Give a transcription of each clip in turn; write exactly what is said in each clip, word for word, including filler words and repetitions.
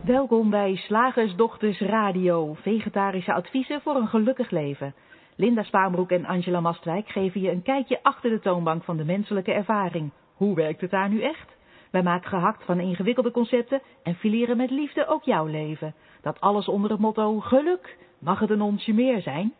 Welkom bij Slagersdochters Radio, vegetarische adviezen voor een gelukkig leven. Linda Spaanbroek en Angela Mastwijk geven je een kijkje achter de toonbank van de menselijke ervaring. Hoe werkt het daar nu echt? Wij maken gehakt van ingewikkelde concepten en fileren met liefde ook jouw leven. Dat alles onder het motto geluk. Mag het een onsje meer zijn?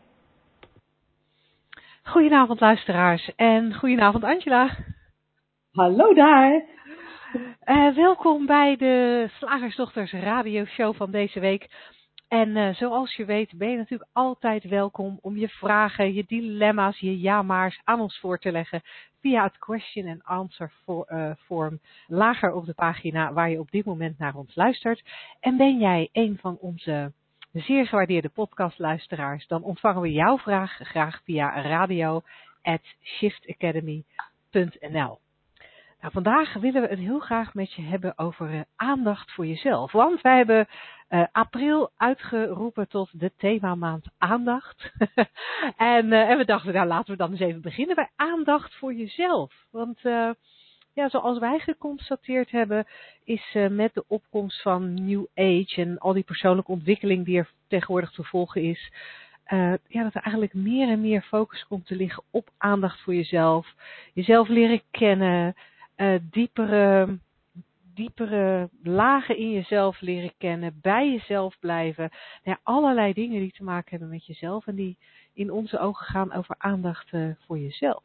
Goedenavond luisteraars en goedenavond Angela. Hallo daar. Uh, welkom bij de Slagersdochters radioshow van deze week. En uh, zoals je weet ben je natuurlijk altijd welkom om je vragen, je dilemma's, je ja-maars aan ons voor te leggen via het question and answer form lager op de pagina waar je op dit moment naar ons luistert. En ben jij een van onze zeer gewaardeerde podcastluisteraars, dan ontvangen we jouw vraag graag via radio at shiftacademy punt n l. Nou, vandaag willen we het heel graag met je hebben over uh, aandacht voor jezelf. Want wij hebben uh, april uitgeroepen tot de themamaand aandacht. en, uh, en we dachten, nou laten we dan eens even beginnen bij aandacht voor jezelf. Want uh, ja, zoals wij geconstateerd hebben, is uh, met de opkomst van New Age en al die persoonlijke ontwikkeling die er tegenwoordig te volgen is, Uh, ja, dat er eigenlijk meer en meer focus komt te liggen op aandacht voor jezelf. Jezelf leren kennen. Uh, diepere, diepere lagen in jezelf leren kennen. Bij jezelf blijven. Nou ja, allerlei dingen die te maken hebben met jezelf. En die in onze ogen gaan over aandacht uh, voor jezelf.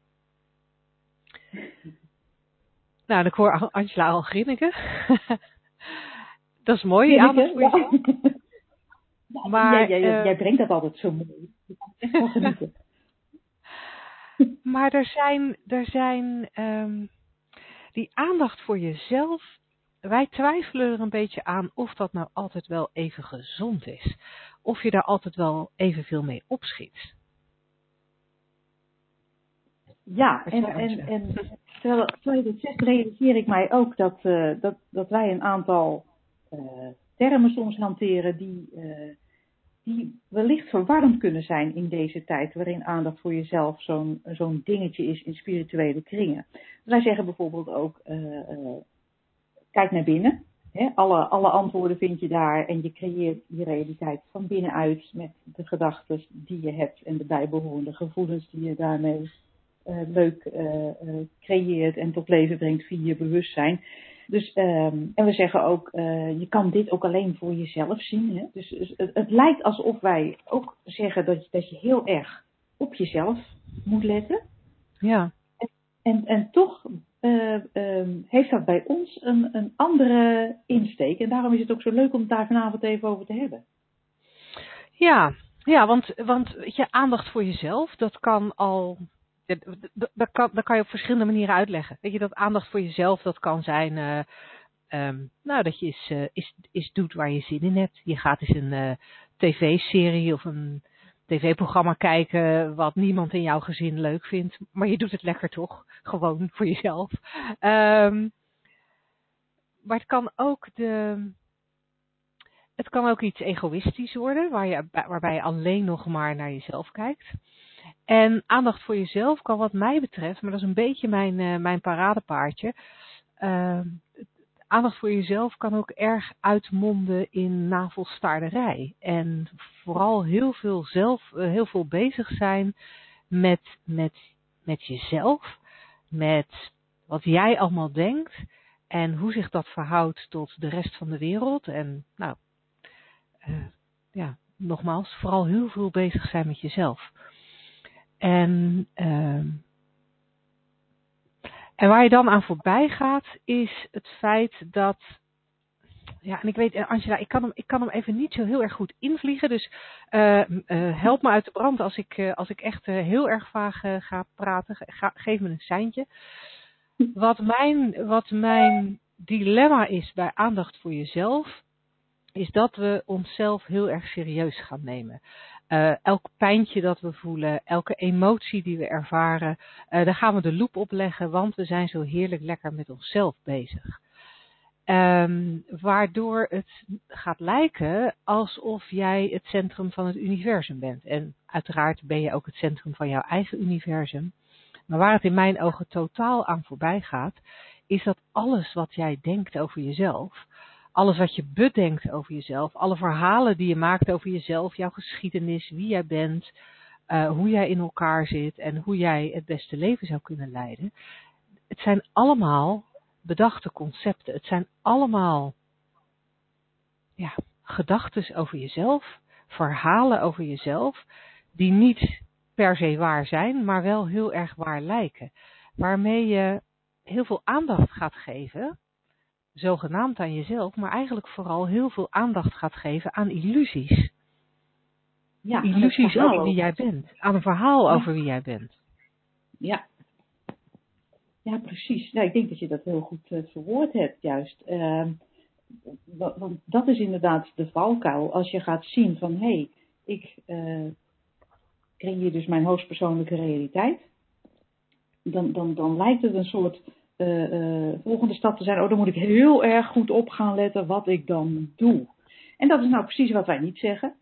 Nou, ik hoor Angela al grinniken. Dat is mooi, die aandacht voor jezelf. Ja, maar, jij, jij, uh, jij brengt dat altijd zo mooi. Je kan echt wel genieten. Maar er zijn, er zijn um, die aandacht voor jezelf. Wij twijfelen er een beetje aan of dat nou altijd wel even gezond is. Of je daar altijd wel evenveel mee opschiet. Ja, en, en, en terwijl, terwijl je dit zegt, realiseer ik mij ook dat, uh, dat, dat wij een aantal uh, termen soms hanteren die... Uh, die wellicht verwarrend kunnen zijn in deze tijd, waarin aandacht voor jezelf zo'n, zo'n dingetje is in spirituele kringen. Wij zeggen bijvoorbeeld ook, uh, uh, kijk naar binnen. Hè? Alle, alle antwoorden vind je daar en je creëert je realiteit van binnenuit met de gedachten die je hebt en de bijbehorende gevoelens die je daarmee uh, leuk uh, uh, creëert en tot leven brengt via je bewustzijn. Dus, um, en we zeggen ook, uh, je kan dit ook alleen voor jezelf zien. Hè? Dus, dus het, het lijkt alsof wij ook zeggen dat, dat je heel erg op jezelf moet letten. Ja. En, en, en toch uh, um, heeft dat bij ons een, een andere insteek. En daarom is het ook zo leuk om het daar vanavond even over te hebben. Ja, ja want, want je aandacht voor jezelf, dat kan al... Dat, dat, kan, dat kan je op verschillende manieren uitleggen. Weet je, dat aandacht voor jezelf, dat kan zijn, uh, um, nou, dat je eens, uh, eens, eens doet waar je zin in hebt. Je gaat eens een uh, tv-serie of een tv-programma kijken wat niemand in jouw gezin leuk vindt. Maar je doet het lekker toch, gewoon voor jezelf. Um, maar het kan ook de... Het kan ook iets egoïstisch worden, waar je, waarbij je alleen nog maar naar jezelf kijkt. En aandacht voor jezelf kan wat mij betreft, maar dat is een beetje mijn, uh, mijn paradepaardje. Uh, aandacht voor jezelf kan ook erg uitmonden in navelstaarderij. En vooral heel veel zelf, uh, heel veel bezig zijn met, met, met jezelf. Met wat jij allemaal denkt. En hoe zich dat verhoudt tot de rest van de wereld. En nou, uh, ja, nogmaals, vooral heel veel bezig zijn met jezelf. En, uh, en waar je dan aan voorbij gaat, is het feit dat, ja, en ik weet, Angela, ik kan hem, ik kan hem even niet zo heel erg goed invliegen, dus uh, uh, help me uit de brand als ik, uh, als ik echt uh, heel erg vaag uh, ga praten, ga, geef me een seintje. Wat mijn, wat mijn dilemma is bij aandacht voor jezelf, is dat we onszelf heel erg serieus gaan nemen. Uh, elk pijntje dat we voelen, elke emotie die we ervaren, uh, daar gaan we de loep op leggen, want we zijn zo heerlijk lekker met onszelf bezig. Um, waardoor het gaat lijken alsof jij het centrum van het universum bent. En uiteraard ben je ook het centrum van jouw eigen universum. Maar waar het in mijn ogen totaal aan voorbij gaat, is dat alles wat jij denkt over jezelf, alles wat je bedenkt over jezelf, alle verhalen die je maakt over jezelf, jouw geschiedenis, wie jij bent, uh, hoe jij in elkaar zit en hoe jij het beste leven zou kunnen leiden. Het zijn allemaal bedachte concepten. Het zijn allemaal ja, gedachten over jezelf, verhalen over jezelf, die niet per se waar zijn, maar wel heel erg waar lijken. Waarmee je heel veel aandacht gaat geven, zogenaamd aan jezelf, maar eigenlijk vooral heel veel aandacht gaat geven aan illusies. Ja, illusies over wie jij bent, aan een verhaal ja. over wie jij bent. Ja. Ja, precies. Nou, ik denk dat je dat heel goed uh, verwoord hebt, juist. Uh, want dat is inderdaad de valkuil. Als je gaat zien van, hé, hey, ik uh, creëer dus mijn hoogstpersoonlijke realiteit. Dan, dan, dan lijkt het een soort uh, uh, volgende stap te zijn. Oh, dan moet ik heel erg goed op gaan letten wat ik dan doe. En dat is nou precies wat wij niet zeggen.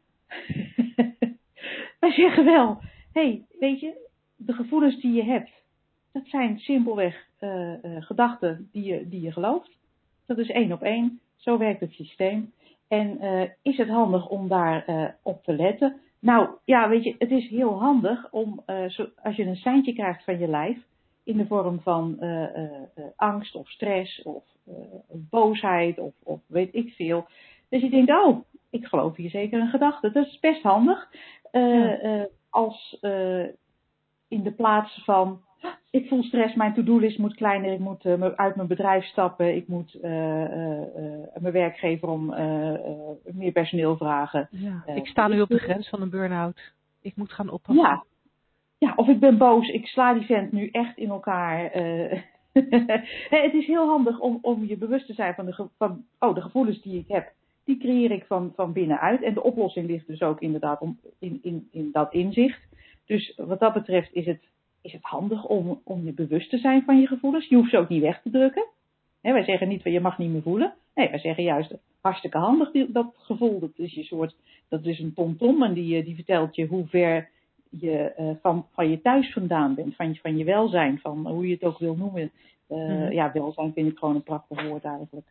Wij zeggen wel, hé, hey, weet je, de gevoelens die je hebt, dat zijn simpelweg uh, uh, gedachten die je, die je gelooft. Dat is één op één. Zo werkt het systeem. En uh, is het handig om daar uh, op te letten? Nou, ja, weet je, het is heel handig om, uh, zo, als je een seintje krijgt van je lijf, in de vorm van uh, uh, uh, angst of stress of uh, boosheid of, of weet ik veel. Dus je denkt, oh, ik geloof hier zeker een gedachte. Dat is best handig. Uh, ja. uh, als uh, in de plaats van, ik voel stress, mijn to-do-list moet kleiner, ik moet uh, uit mijn bedrijf stappen, ik moet uh, uh, uh, mijn werkgever om uh, uh, meer personeel vragen. Ja, Uh, ik sta nu op de grens van een burn-out. Ik moet gaan oppassen. Ja, ja, of ik ben boos, ik sla die vent nu echt in elkaar. Uh, nee, het is heel handig om, om je bewust te zijn van, de, van oh, de gevoelens die ik heb. Die creëer ik van, van binnenuit. En de oplossing ligt dus ook inderdaad om, in, in, in dat inzicht. Dus wat dat betreft is het, is het handig om, om je bewust te zijn van je gevoelens. Je hoeft ze ook niet weg te drukken. He, wij zeggen niet, je mag niet meer voelen. Nee, wij zeggen juist, hartstikke handig die, dat gevoel. Dat is je soort, dat is een tomtom en die, die vertelt je hoe ver je uh, van, van je thuis vandaan bent. Van, van je welzijn, van hoe je het ook wil noemen. Uh, mm-hmm. Ja, welzijn vind ik gewoon een prachtig woord eigenlijk.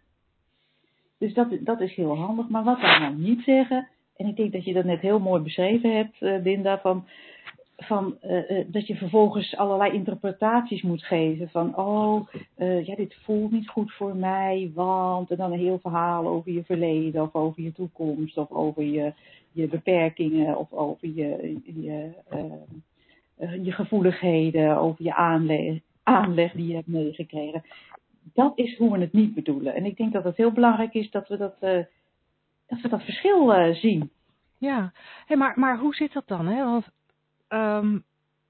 Dus dat, dat is heel handig. Maar wat wij nou niet zeggen, en ik denk dat je dat net heel mooi beschreven hebt, uh, Linda, van, van uh, uh, dat je vervolgens allerlei interpretaties moet geven. Van, oh, uh, ja, dit voelt niet goed voor mij, want... En dan een heel verhaal over je verleden, of over je toekomst, of over je, je beperkingen, of over je, je, uh, uh, je gevoeligheden, over je aanleg, aanleg die je hebt meegekregen. Dat is hoe we het niet bedoelen. En ik denk dat het heel belangrijk is dat we dat, uh, dat, we dat verschil uh, zien. Ja, hey, maar, maar hoe zit dat dan? Hè? Want um,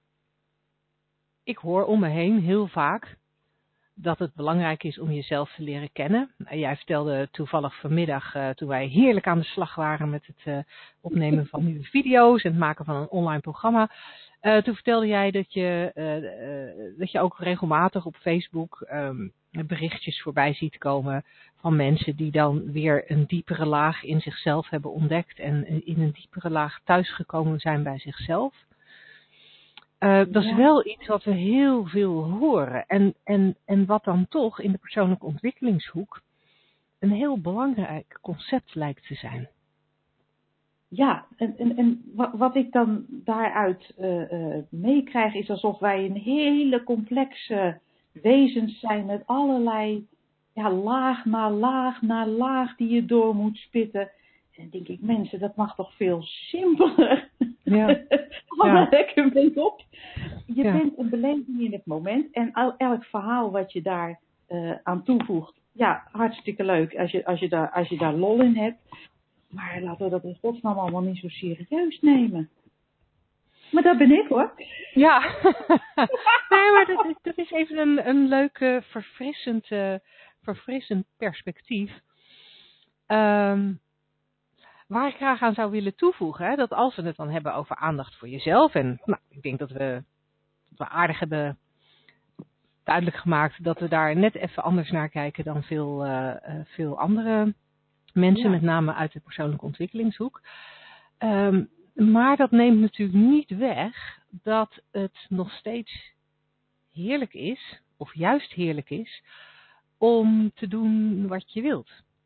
ik hoor om me heen heel vaak dat het belangrijk is om jezelf te leren kennen. Jij vertelde toevallig vanmiddag, uh, toen wij heerlijk aan de slag waren met het uh, opnemen van nieuwe video's en het maken van een online programma. Uh, toen vertelde jij dat je, uh, uh, dat je ook regelmatig op Facebook um, berichtjes voorbij ziet komen van mensen die dan weer een diepere laag in zichzelf hebben ontdekt en in een diepere laag thuisgekomen zijn bij zichzelf. Uh, dat is wel iets wat we heel veel horen en, en, en wat dan toch in de persoonlijke ontwikkelingshoek een heel belangrijk concept lijkt te zijn. Ja, en, en, en wat ik dan daaruit uh, uh, meekrijg is alsof wij een hele complexe wezens zijn met allerlei ja, laag na laag na laag die je door moet spitten. En dan denk ik, mensen, dat mag toch veel simpeler. Ja. Hou ja. lekker mee op. Je ja. bent een beleving in het moment en elk verhaal wat je daar uh, aan toevoegt, ja, hartstikke leuk als je, als je, daar, als je daar lol in hebt. Maar laten we dat in godsnaam allemaal niet zo serieus nemen. Maar dat ben ik hoor. Ja, nee, maar dat is, dat is even een, een leuke, verfrissend, uh, verfrissend perspectief. Um, waar ik graag aan zou willen toevoegen, hè, dat als we het dan hebben over aandacht voor jezelf. En nou, ik denk dat we, dat we aardig hebben duidelijk gemaakt dat we daar net even anders naar kijken dan veel, uh, uh, veel andere mensen, ja. met name uit de persoonlijke ontwikkelingshoek. Um, maar dat neemt natuurlijk niet weg dat het nog steeds heerlijk is, of juist heerlijk is, om te doen wat je wilt.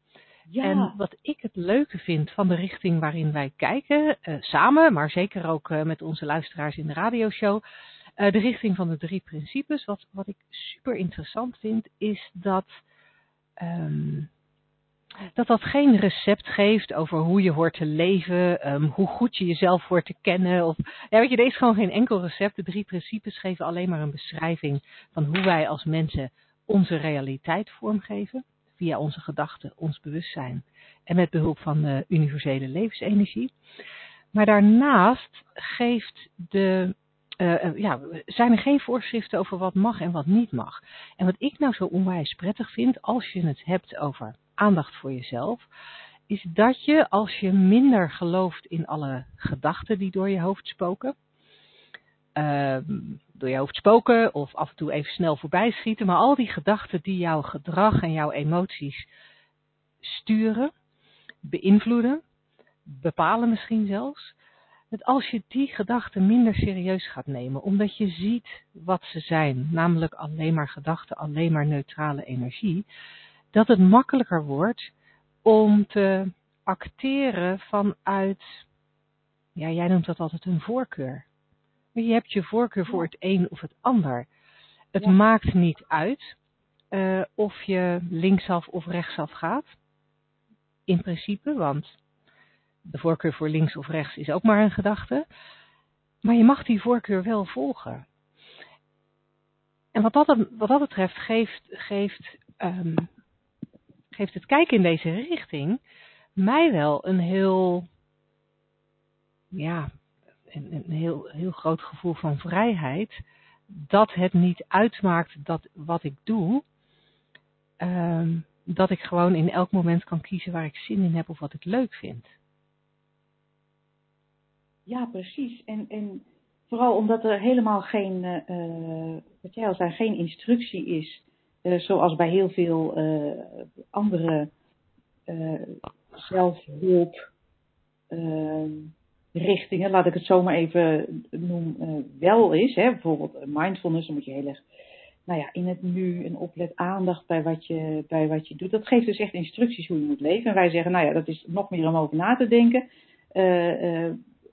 Ja. En wat ik het leuke vind van de richting waarin wij kijken, uh, samen, maar zeker ook uh, met onze luisteraars in de radioshow, uh, de richting van de drie principes. Wat, wat ik super interessant vind, is dat, um, dat dat geen recept geeft over hoe je hoort te leven, um, hoe goed je jezelf hoort te kennen. Of, ja, weet je, er is gewoon geen enkel recept. De drie principes geven alleen maar een beschrijving van hoe wij als mensen onze realiteit vormgeven. Via onze gedachten, ons bewustzijn en met behulp van de universele levensenergie. Maar daarnaast geeft de, uh, ja, zijn er geen voorschriften over wat mag en wat niet mag. En wat ik nou zo onwijs prettig vind als je het hebt over aandacht voor jezelf, is dat je als je minder gelooft in alle gedachten die door je hoofd spoken, Uh, door je hoofd spoken of af en toe even snel voorbij schieten. Maar al die gedachten die jouw gedrag en jouw emoties sturen, beïnvloeden, bepalen misschien zelfs. Dat als je die gedachten minder serieus gaat nemen, omdat je ziet wat ze zijn, namelijk alleen maar gedachten, alleen maar neutrale energie, dat het makkelijker wordt om te acteren vanuit, ja, jij noemt dat altijd een voorkeur. Je hebt je voorkeur voor het een of het ander. Het ja. maakt niet uit uh, of je linksaf of rechtsaf gaat. In principe, want de voorkeur voor links of rechts is ook maar een gedachte. Maar je mag die voorkeur wel volgen. En wat dat, wat dat betreft geeft, geeft, um, geeft het kijken in deze richting mij wel een heel... ja. Een, een heel, heel groot gevoel van vrijheid, dat het niet uitmaakt dat wat ik doe, um, dat ik gewoon in elk moment kan kiezen waar ik zin in heb of wat ik leuk vind. Ja, precies. En, en vooral omdat er helemaal geen, uh, wat jij al zei, geen instructie is, uh, zoals bij heel veel uh, andere uh, zelfhulp uh, richtingen, laat ik het zo maar even noemen, uh, wel is. Hè? Bijvoorbeeld mindfulness, dan moet je heel erg nou ja, in het nu en oplet aandacht bij wat, je, bij wat je doet. Dat geeft dus echt instructies hoe je moet leven. En wij zeggen, nou ja, dat is nog meer om over na te denken. Uh, uh,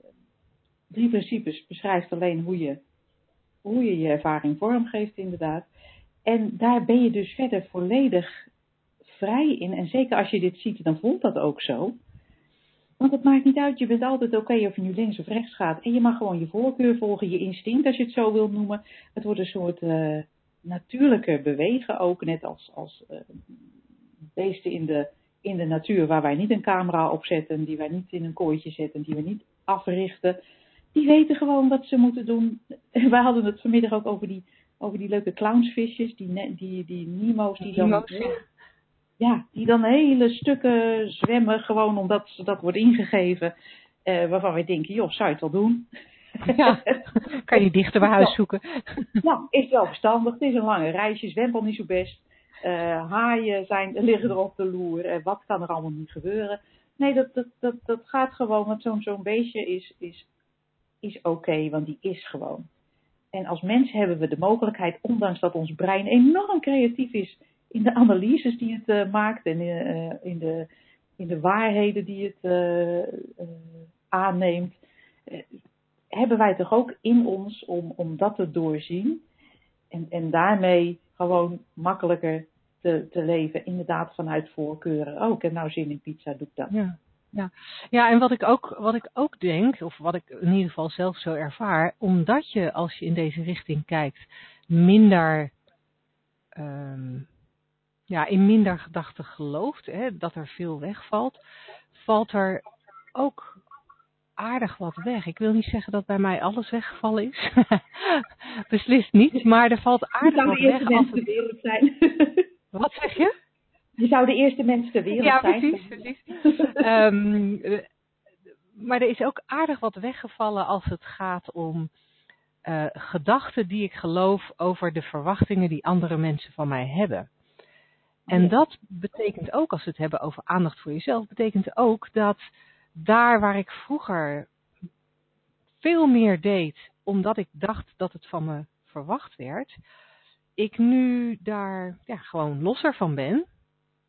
drie principes beschrijft alleen hoe je, hoe je je ervaring vormgeeft inderdaad. En daar ben je dus verder volledig vrij in. En zeker als je dit ziet, dan voelt dat ook zo. Want het maakt niet uit, je bent altijd oké okay of je nu links of rechts gaat. En je mag gewoon je voorkeur volgen, je instinct als je het zo wilt noemen. Het wordt een soort uh, natuurlijke bewegen ook, net als, als uh, beesten in de, in de natuur waar wij niet een camera op zetten, die wij niet in een kooitje zetten, die we niet africhten. Die weten gewoon wat ze moeten doen. We hadden het vanmiddag ook over die, over die leuke clownsvisjes, die, die, die Nemo's. Die dan, Nemo's, ja. Ja, die dan hele stukken zwemmen, gewoon omdat ze dat wordt ingegeven. Uh, waarvan we denken, joh, zou je het wel doen? Ja, kan je dichter bij huis zoeken. Ja, is wel verstandig. Het is een lange reisje, zwemt al niet zo best. Uh, haaien zijn, liggen er op de loer. Uh, wat kan er allemaal niet gebeuren? Nee, dat, dat, dat, dat gaat gewoon. Want zo'n, zo'n beestje is, is, is oké, okay, want die is gewoon. En als mens hebben we de mogelijkheid, ondanks dat ons brein enorm creatief is in de analyses die het uh, maakt en uh, in, de, in de waarheden die het uh, uh, aanneemt, uh, hebben wij toch ook in ons om, om dat te doorzien en, en daarmee gewoon makkelijker te, te leven, inderdaad vanuit voorkeuren. Oh, ik heb nou zin in pizza, doe ik dat. Ja. Ja, ja, en wat ik, ook, wat ik ook denk, of wat ik in ieder geval zelf zo ervaar, omdat je als je in deze richting kijkt, minder, um, ja, in minder gedachten gelooft, hè, dat er veel wegvalt, valt er ook aardig wat weg. Ik wil niet zeggen dat bij mij alles weggevallen is. Beslist niet, maar er valt aardig wat weg. Als het... wereld zijn. Wat zeg je? Je zou de eerste mens ter wereld ja, zijn. Precies, precies. um, maar er is ook aardig wat weggevallen als het gaat om uh, gedachten die ik geloof over de verwachtingen die andere mensen van mij hebben. En ja. Dat betekent ook, als we het hebben over aandacht voor jezelf, betekent ook dat daar waar ik vroeger veel meer deed, omdat ik dacht dat het van me verwacht werd, ik nu daar ja, gewoon losser van ben.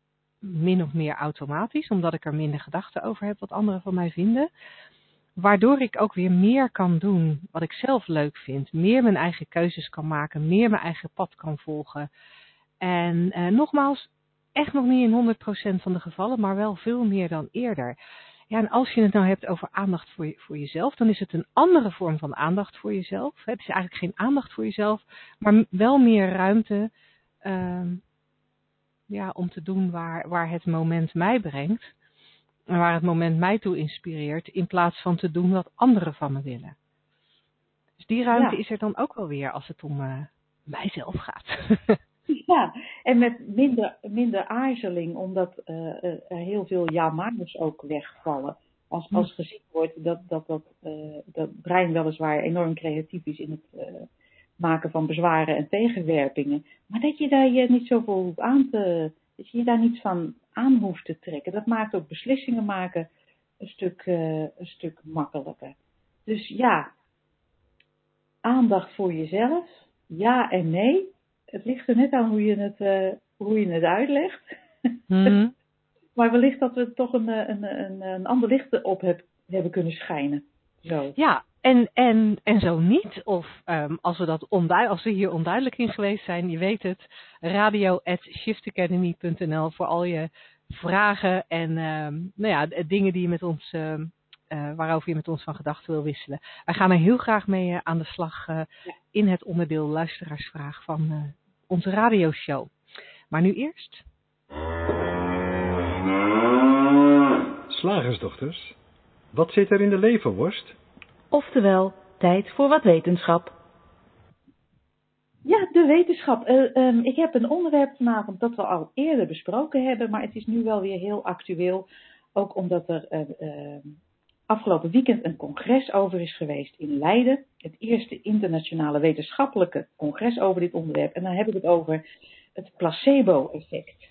min of meer automatisch, omdat ik er minder gedachten over heb wat anderen van mij vinden. Waardoor ik ook weer meer kan doen wat ik zelf leuk vind. Meer mijn eigen keuzes kan maken, meer mijn eigen pad kan volgen. En eh, nogmaals, echt nog niet in honderd procent van de gevallen, maar wel veel meer dan eerder. Ja, en als je het nou hebt over aandacht voor, je, voor jezelf, dan is het een andere vorm van aandacht voor jezelf. Het is eigenlijk geen aandacht voor jezelf, maar wel meer ruimte uh, ja, om te doen waar, waar het moment mij brengt. En waar het moment mij toe inspireert, in plaats van te doen wat anderen van me willen. Dus die ruimte ja. is er dan ook wel weer als het om uh, mijzelf gaat. Ja, en met minder, minder aarzeling, omdat uh, er heel veel ja-maars ook wegvallen. Als, als gezien wordt dat dat, dat, uh, dat brein weliswaar enorm creatief is in het uh, maken van bezwaren en tegenwerpingen. Maar dat je daar je niet zoveel hoeft aan te, dat je je daar niets van aan hoeft te trekken. Dat maakt ook beslissingen maken een stuk, uh, een stuk makkelijker. Dus ja, aandacht voor jezelf, ja en nee. Het ligt er net aan hoe je het, uh, hoe je het uitlegt. Mm-hmm. Maar wellicht dat we toch een, een, een, een ander licht op heb, hebben kunnen schijnen. Zo. Ja, en, en, en zo niet. Of um, als, we dat ondu- als we hier onduidelijk in geweest zijn, je weet het, radio at shift academy punt n l voor al je vragen en um, nou ja, dingen die je met ons, uh, uh, waarover je met ons van gedachten wil wisselen. Wij gaan er heel graag mee uh, aan de slag uh, ja. in het onderdeel luisteraarsvraag van uh, onze radioshow. Maar nu eerst. Slagersdochters, wat zit er in de leverworst? Oftewel, tijd voor wat wetenschap. Ja, de wetenschap. Uh, um, ik heb een onderwerp vanavond dat we al eerder besproken hebben, maar het is nu wel weer heel actueel. Ook omdat er uh, uh, afgelopen weekend een congres over is geweest in Leiden. Het eerste internationale wetenschappelijke congres over dit onderwerp. En dan heb ik het over het placebo-effect.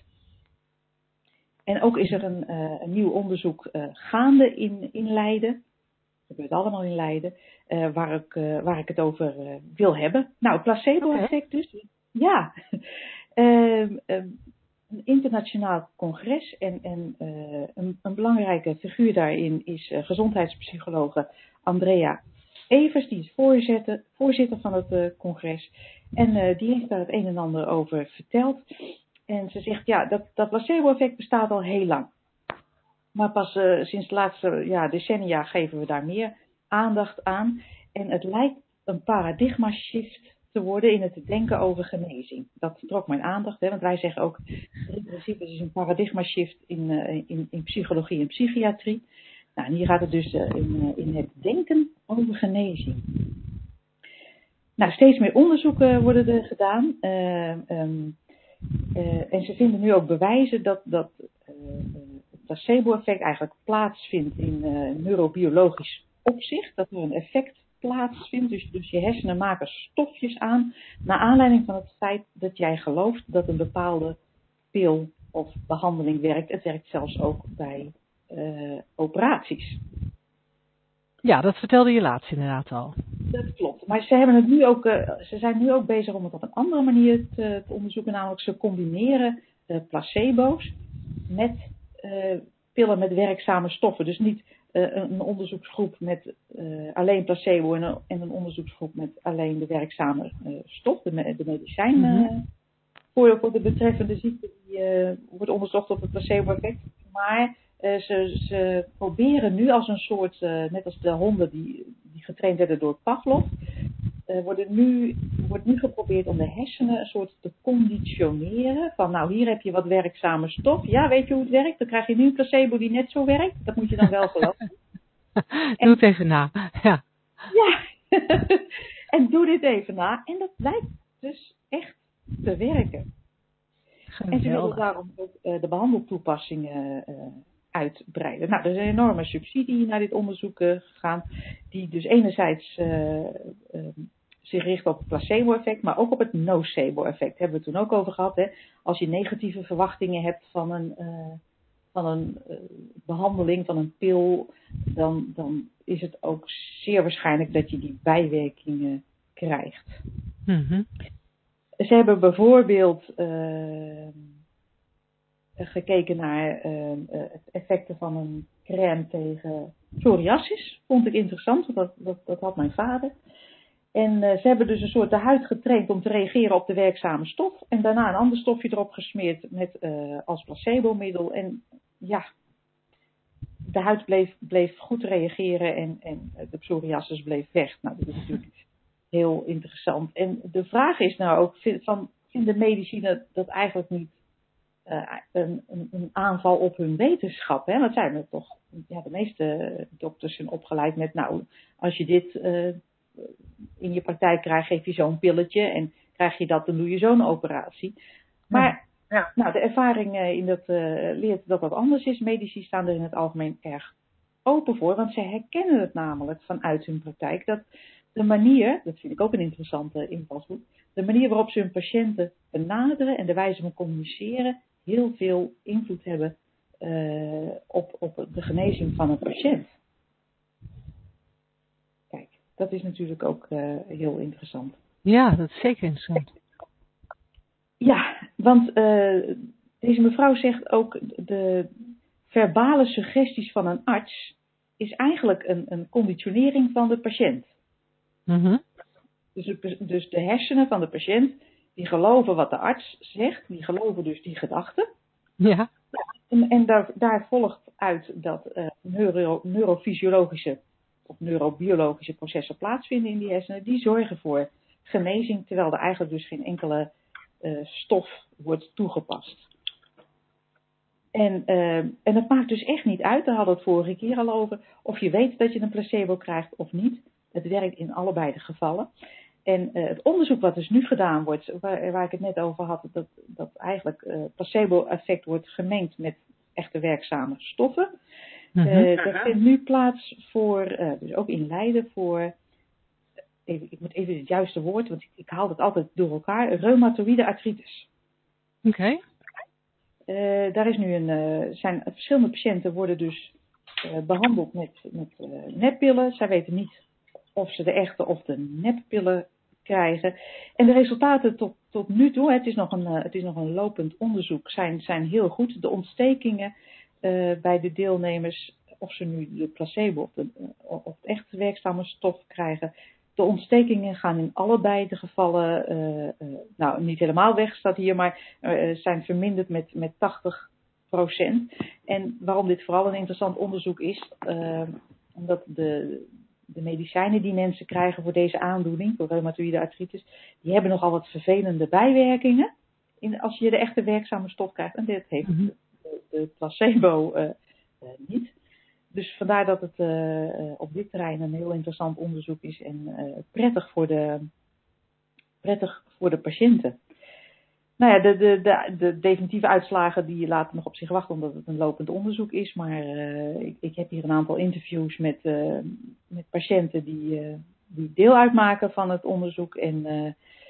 En ook is er een, uh, een nieuw onderzoek uh, gaande in, in Leiden. Dat gebeurt allemaal in Leiden. Uh, waar, ik, uh, waar ik het over uh, wil hebben. Nou, het placebo-effect okay. dus. Ja. Uh, uh, een internationaal congres. En, en uh, een, een belangrijke figuur daarin is uh, gezondheidspsychologe Andrea Evers. Die is voorzitter, voorzitter van het uh, congres. En uh, die heeft daar het een en ander over verteld. En ze zegt, ja, dat, dat placebo-effect bestaat al heel lang. Maar pas uh, sinds de laatste ja, decennia geven we daar meer aandacht aan. En het lijkt een paradigma-shift te worden in het denken over genezing. Dat trok mijn aandacht, hè, want wij zeggen ook, in principe is een paradigma-shift in, uh, in, in psychologie en psychiatrie. Nou, en hier gaat het dus uh, in, uh, in het denken over genezing. Nou, steeds meer onderzoeken worden er gedaan. Uh, um, Uh, en ze vinden nu ook bewijzen dat, dat uh, het placebo-effect eigenlijk plaatsvindt in uh, neurobiologisch opzicht. Dat er een effect plaatsvindt. Dus, dus je hersenen maken stofjes aan. Naar aanleiding van het feit dat jij gelooft dat een bepaalde pil of behandeling werkt. Het werkt zelfs ook bij uh, operaties. Ja, dat vertelde je laatst inderdaad al. Dat klopt. Maar ze, hebben het nu ook, uh, ze zijn nu ook bezig om het op een andere manier te, te onderzoeken. Namelijk ze combineren uh, placebo's met uh, pillen met werkzame stoffen. Dus niet uh, een onderzoeksgroep met uh, alleen placebo en een, en een onderzoeksgroep met alleen de werkzame uh, stof, de, de medicijn. Uh, mm-hmm. voor, voor de betreffende ziekte die uh, wordt onderzocht op het placebo-effect. Maar uh, ze, ze proberen nu als een soort, uh, net als de honden die... die getraind werden door Pavlov, uh, worden nu, wordt nu geprobeerd om de hersenen een soort te conditioneren. Van nou, hier heb je wat werkzame stof. Ja, weet je hoe het werkt? Dan krijg je nu een placebo die net zo werkt. Dat moet je dan wel geloven. Doe het even na. Ja. Ja. En doe dit even na. En dat blijkt dus echt te werken. Geweldig. En ze willen daarom ook uh, de behandeltoepassingen uh, uitbreiden. Nou, er is een enorme subsidie naar dit onderzoek uh, gegaan, die dus enerzijds uh, uh, zich richt op het placebo-effect, maar ook op het nocebo-effect. Hebben we het toen ook over gehad. Hè? Als je negatieve verwachtingen hebt van een, uh, van een uh, behandeling, van een pil, dan, dan is het ook zeer waarschijnlijk dat je die bijwerkingen krijgt. Mm-hmm. Ze hebben bijvoorbeeld... Uh, gekeken naar uh, uh, effecten van een crème tegen psoriasis. Vond ik interessant, want dat, dat, dat had mijn vader. En uh, ze hebben dus een soort de huid getraind om te reageren op de werkzame stof. En daarna een ander stofje erop gesmeerd met, uh, als placebo-middel. En ja, de huid bleef, bleef goed reageren en, en de psoriasis bleef weg. Nou, dat is natuurlijk heel interessant. En de vraag is nou ook, van, vinden medicijnen dat eigenlijk niet uh, een, een, een aanval op hun wetenschap? Hè? Want zijn we toch, ja, de meeste dokters zijn opgeleid met, nou, als je dit uh, in je praktijk krijgt, geef je zo'n pilletje. En krijg je dat, dan doe je zo'n operatie. Maar ja, nou, de ervaring uh, in dat, uh, leert dat dat anders is. Medici staan er in het algemeen erg open voor. Want zij herkennen het namelijk vanuit hun praktijk. Dat de manier, dat vind ik ook een interessante invalshoek. De manier waarop ze hun patiënten benaderen en de wijze van communiceren heel veel invloed hebben uh, op, op de genezing van een patiënt. Kijk, dat is natuurlijk ook uh, heel interessant. Ja, dat is zeker interessant. Ja, want uh, deze mevrouw zegt ook, de verbale suggesties van een arts is eigenlijk een, een conditionering van de patiënt. Mm-hmm. Dus, de, dus de hersenen van de patiënt, die geloven wat de arts zegt, die geloven dus die gedachten. Ja. En, en daar, daar volgt uit dat uh, neuro, neurofysiologische of neurobiologische processen plaatsvinden in die hersenen, die zorgen voor genezing, terwijl er eigenlijk dus geen enkele uh, stof wordt toegepast. En, uh, en het maakt dus echt niet uit, daar hadden we het vorige keer al over, of je weet dat je een placebo krijgt of niet. Het werkt in allebei de gevallen. En uh, het onderzoek wat dus nu gedaan wordt, waar, waar ik het net over had, dat, dat eigenlijk uh, placebo-effect wordt gemengd met echte werkzame stoffen. Mm-hmm. Uh, dat vindt nu plaats voor, uh, dus ook in Leiden, voor, even, ik moet even het juiste woord, want ik, ik haal het altijd door elkaar, reumatoïde artritis. Oké. Okay. Uh, daar is nu een, uh, zijn verschillende patiënten worden dus uh, behandeld met, met uh, neppillen. Zij weten niet of ze de echte of de neppillen krijgen. En de resultaten tot, tot nu toe, het is nog een, uh, het is nog een lopend onderzoek, zijn, zijn heel goed. De ontstekingen uh, bij de deelnemers, of ze nu de placebo of, de, uh, of het echte werkzame stof krijgen, de ontstekingen gaan in allebei de gevallen, uh, uh, nou niet helemaal weg staat hier, maar uh, zijn verminderd met, met tachtig procent. En waarom dit vooral een interessant onderzoek is, uh, omdat de, de medicijnen die mensen krijgen voor deze aandoening, voor reumatoïde artritis, die hebben nogal wat vervelende bijwerkingen in, als je de echte werkzame stof krijgt. En dit heeft mm-hmm. de, de placebo uh, uh, niet. Dus vandaar dat het uh, op dit terrein een heel interessant onderzoek is en uh, prettig voor de, prettig voor de patiënten. Nou ja, de, de, de, de definitieve uitslagen die laten nog op zich wachten omdat het een lopend onderzoek is. Maar uh, ik, ik heb hier een aantal interviews met, uh, met patiënten die, uh, die deel uitmaken van het onderzoek. En uh,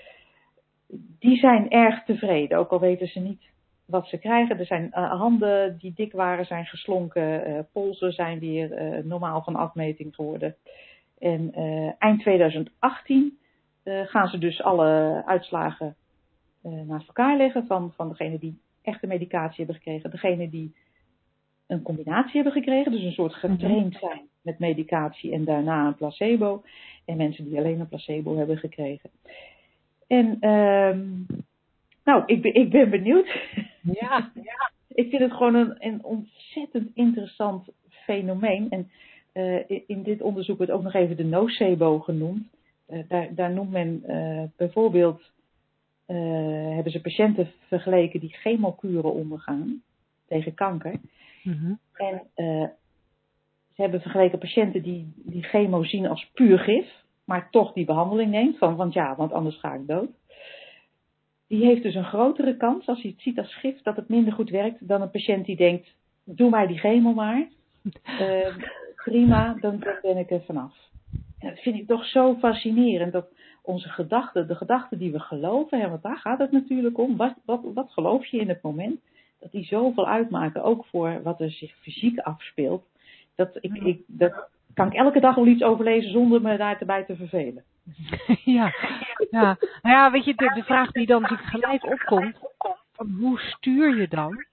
die zijn erg tevreden, ook al weten ze niet wat ze krijgen. Er zijn uh, handen die dik waren, zijn geslonken. Uh, polsen zijn weer uh, normaal van afmeting geworden. En uh, eind twintig achttien uh, gaan ze dus alle uitslagen uh, naast elkaar leggen. Van, van degene die echte medicatie hebben gekregen. Degene die een combinatie hebben gekregen. Dus een soort getraind zijn met medicatie en daarna een placebo. En mensen die alleen een placebo hebben gekregen. En uh, nou, ik ben, ik ben benieuwd. Ja, ja. Ik vind het gewoon een, een ontzettend interessant fenomeen. En uh, in dit onderzoek wordt ook nog even de nocebo genoemd. Uh, daar, daar noemt men uh, bijvoorbeeld, uh, hebben ze patiënten vergeleken die chemokuren ondergaan tegen kanker. Mm-hmm. En uh, ze hebben vergeleken patiënten die, die chemo zien als puur gif, maar toch die behandeling neemt. Van, want ja, want anders ga ik dood. Die heeft dus een grotere kans, als hij het ziet als gif, dat het minder goed werkt dan een patiënt die denkt, doe mij die chemo maar. Uh, prima, dan, dan ben ik er vanaf. En dat vind ik toch zo fascinerend, dat onze gedachten, de gedachten die we geloven, hè, want daar gaat het natuurlijk om, wat, wat, wat geloof je in het moment, dat die zoveel uitmaken, ook voor wat er zich fysiek afspeelt. Dat ik, ik, dat kan ik elke dag wel iets overlezen zonder me daarbij te vervelen. Ja, ja. Nou ja, weet je, de, de vraag die dan natuurlijk gelijk opkomt, van hoe stuur je dan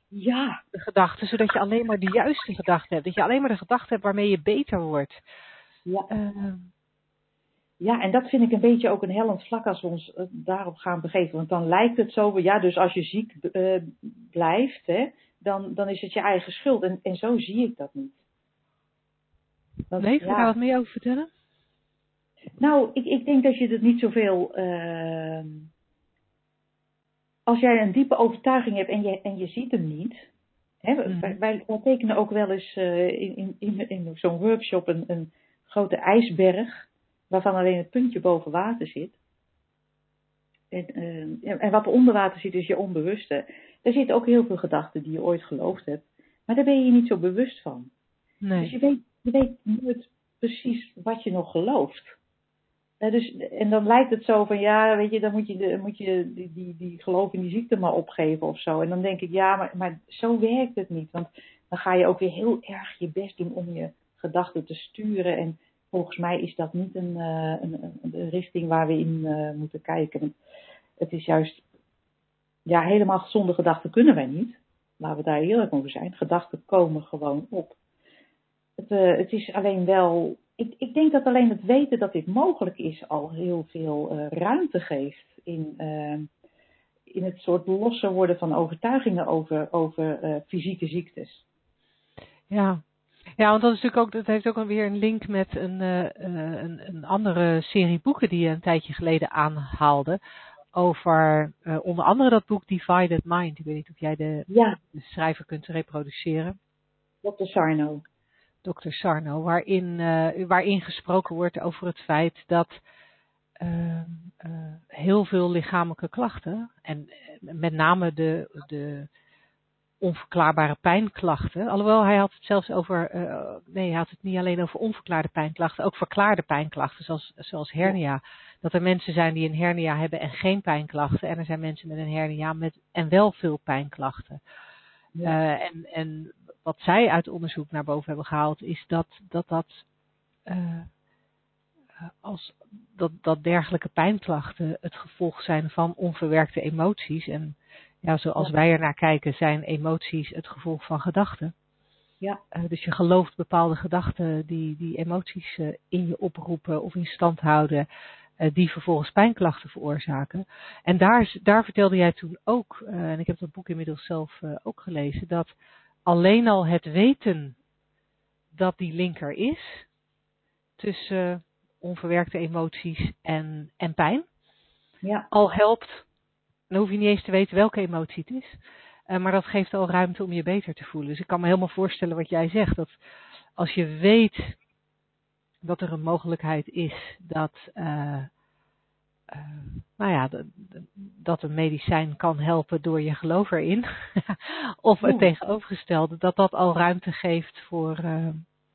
Ja. De gedachten, zodat je alleen maar de juiste gedachten hebt. Dat je alleen maar de gedachten hebt waarmee je beter wordt. Ja. Uh, Ja, en dat vind ik een beetje ook een hellend vlak als we ons uh, daarop gaan begeven. Want dan lijkt het zo, ja, dus als je ziek uh, blijft, hè, dan, dan is het je eigen schuld. En, en zo zie ik dat niet. Want, nee, kun je ja. daar wat meer over vertellen? Nou, ik, ik denk dat je het niet zoveel... Uh, als jij een diepe overtuiging hebt en je, en je ziet hem niet... Hè, mm-hmm. wij, wij, wij tekenen ook wel eens uh, in, in, in, in zo'n workshop een, een grote ijsberg... waarvan alleen het puntje boven water zit. En, uh, en wat er onder water zit is je onbewuste. Er zitten ook heel veel gedachten die je ooit geloofd hebt. Maar daar ben je je niet zo bewust van. Nee. Dus je weet, je weet nooit precies wat je nog gelooft. Uh, dus, en dan lijkt het zo van, ja, weet je, dan moet je, de, moet je die, die, die geloof in die ziekte maar opgeven of zo. En dan denk ik, ja, maar, maar zo werkt het niet. Want dan ga je ook weer heel erg je best doen om je gedachten te sturen. En volgens mij is dat niet een, uh, een, een, een richting waar we in uh, moeten kijken. Het is juist, ja, helemaal gezonde gedachten kunnen wij niet. Laten we daar eerlijk over zijn. Gedachten komen gewoon op. Het, uh, het is alleen wel, ik, ik denk dat alleen het weten dat dit mogelijk is al heel veel uh, ruimte geeft in, uh, in het soort losser worden van overtuigingen over, over uh, fysieke ziektes. Ja. Ja, want dat is natuurlijk ook, dat heeft ook alweer een link met een, uh, een, een andere serie boeken die je een tijdje geleden aanhaalde. Over uh, onder andere dat boek Divided Mind. Ik weet niet of jij de, ja. de schrijver kunt reproduceren. dokter Sarno. dokter Sarno, waarin, uh, waarin gesproken wordt over het feit dat uh, uh, heel veel lichamelijke klachten, en met name de, de onverklaarbare pijnklachten, alhoewel hij had het zelfs over, uh, nee, hij had het niet alleen over onverklaarde pijnklachten, ook verklaarde pijnklachten, zoals, zoals hernia. Ja. Dat er mensen zijn die een hernia hebben en geen pijnklachten, en er zijn mensen met een hernia met en wel veel pijnklachten. Ja. Uh, en, en wat zij uit onderzoek naar boven hebben gehaald, is dat dat, dat, uh, als, dat, dat dergelijke pijnklachten het gevolg zijn van onverwerkte emoties. En ja, zoals ja. wij er naar kijken, zijn emoties het gevolg van gedachten. Ja. Uh, dus je gelooft bepaalde gedachten die, die emoties uh, in je oproepen of in stand houden, uh, die vervolgens pijnklachten veroorzaken. En daar, daar vertelde jij toen ook, uh, en ik heb dat boek inmiddels zelf uh, ook gelezen, dat alleen al het weten dat die link er is tussen uh, onverwerkte emoties en, en pijn, ja. al helpt. Dan hoef je niet eens te weten welke emotie het is. Uh, maar dat geeft al ruimte om je beter te voelen. Dus ik kan me helemaal voorstellen wat jij zegt. Dat als je weet dat er een mogelijkheid is dat, uh, uh, nou ja, dat, dat een medicijn kan helpen door je geloof erin. of het ja. tegenovergestelde. Dat dat al ruimte geeft voor, uh,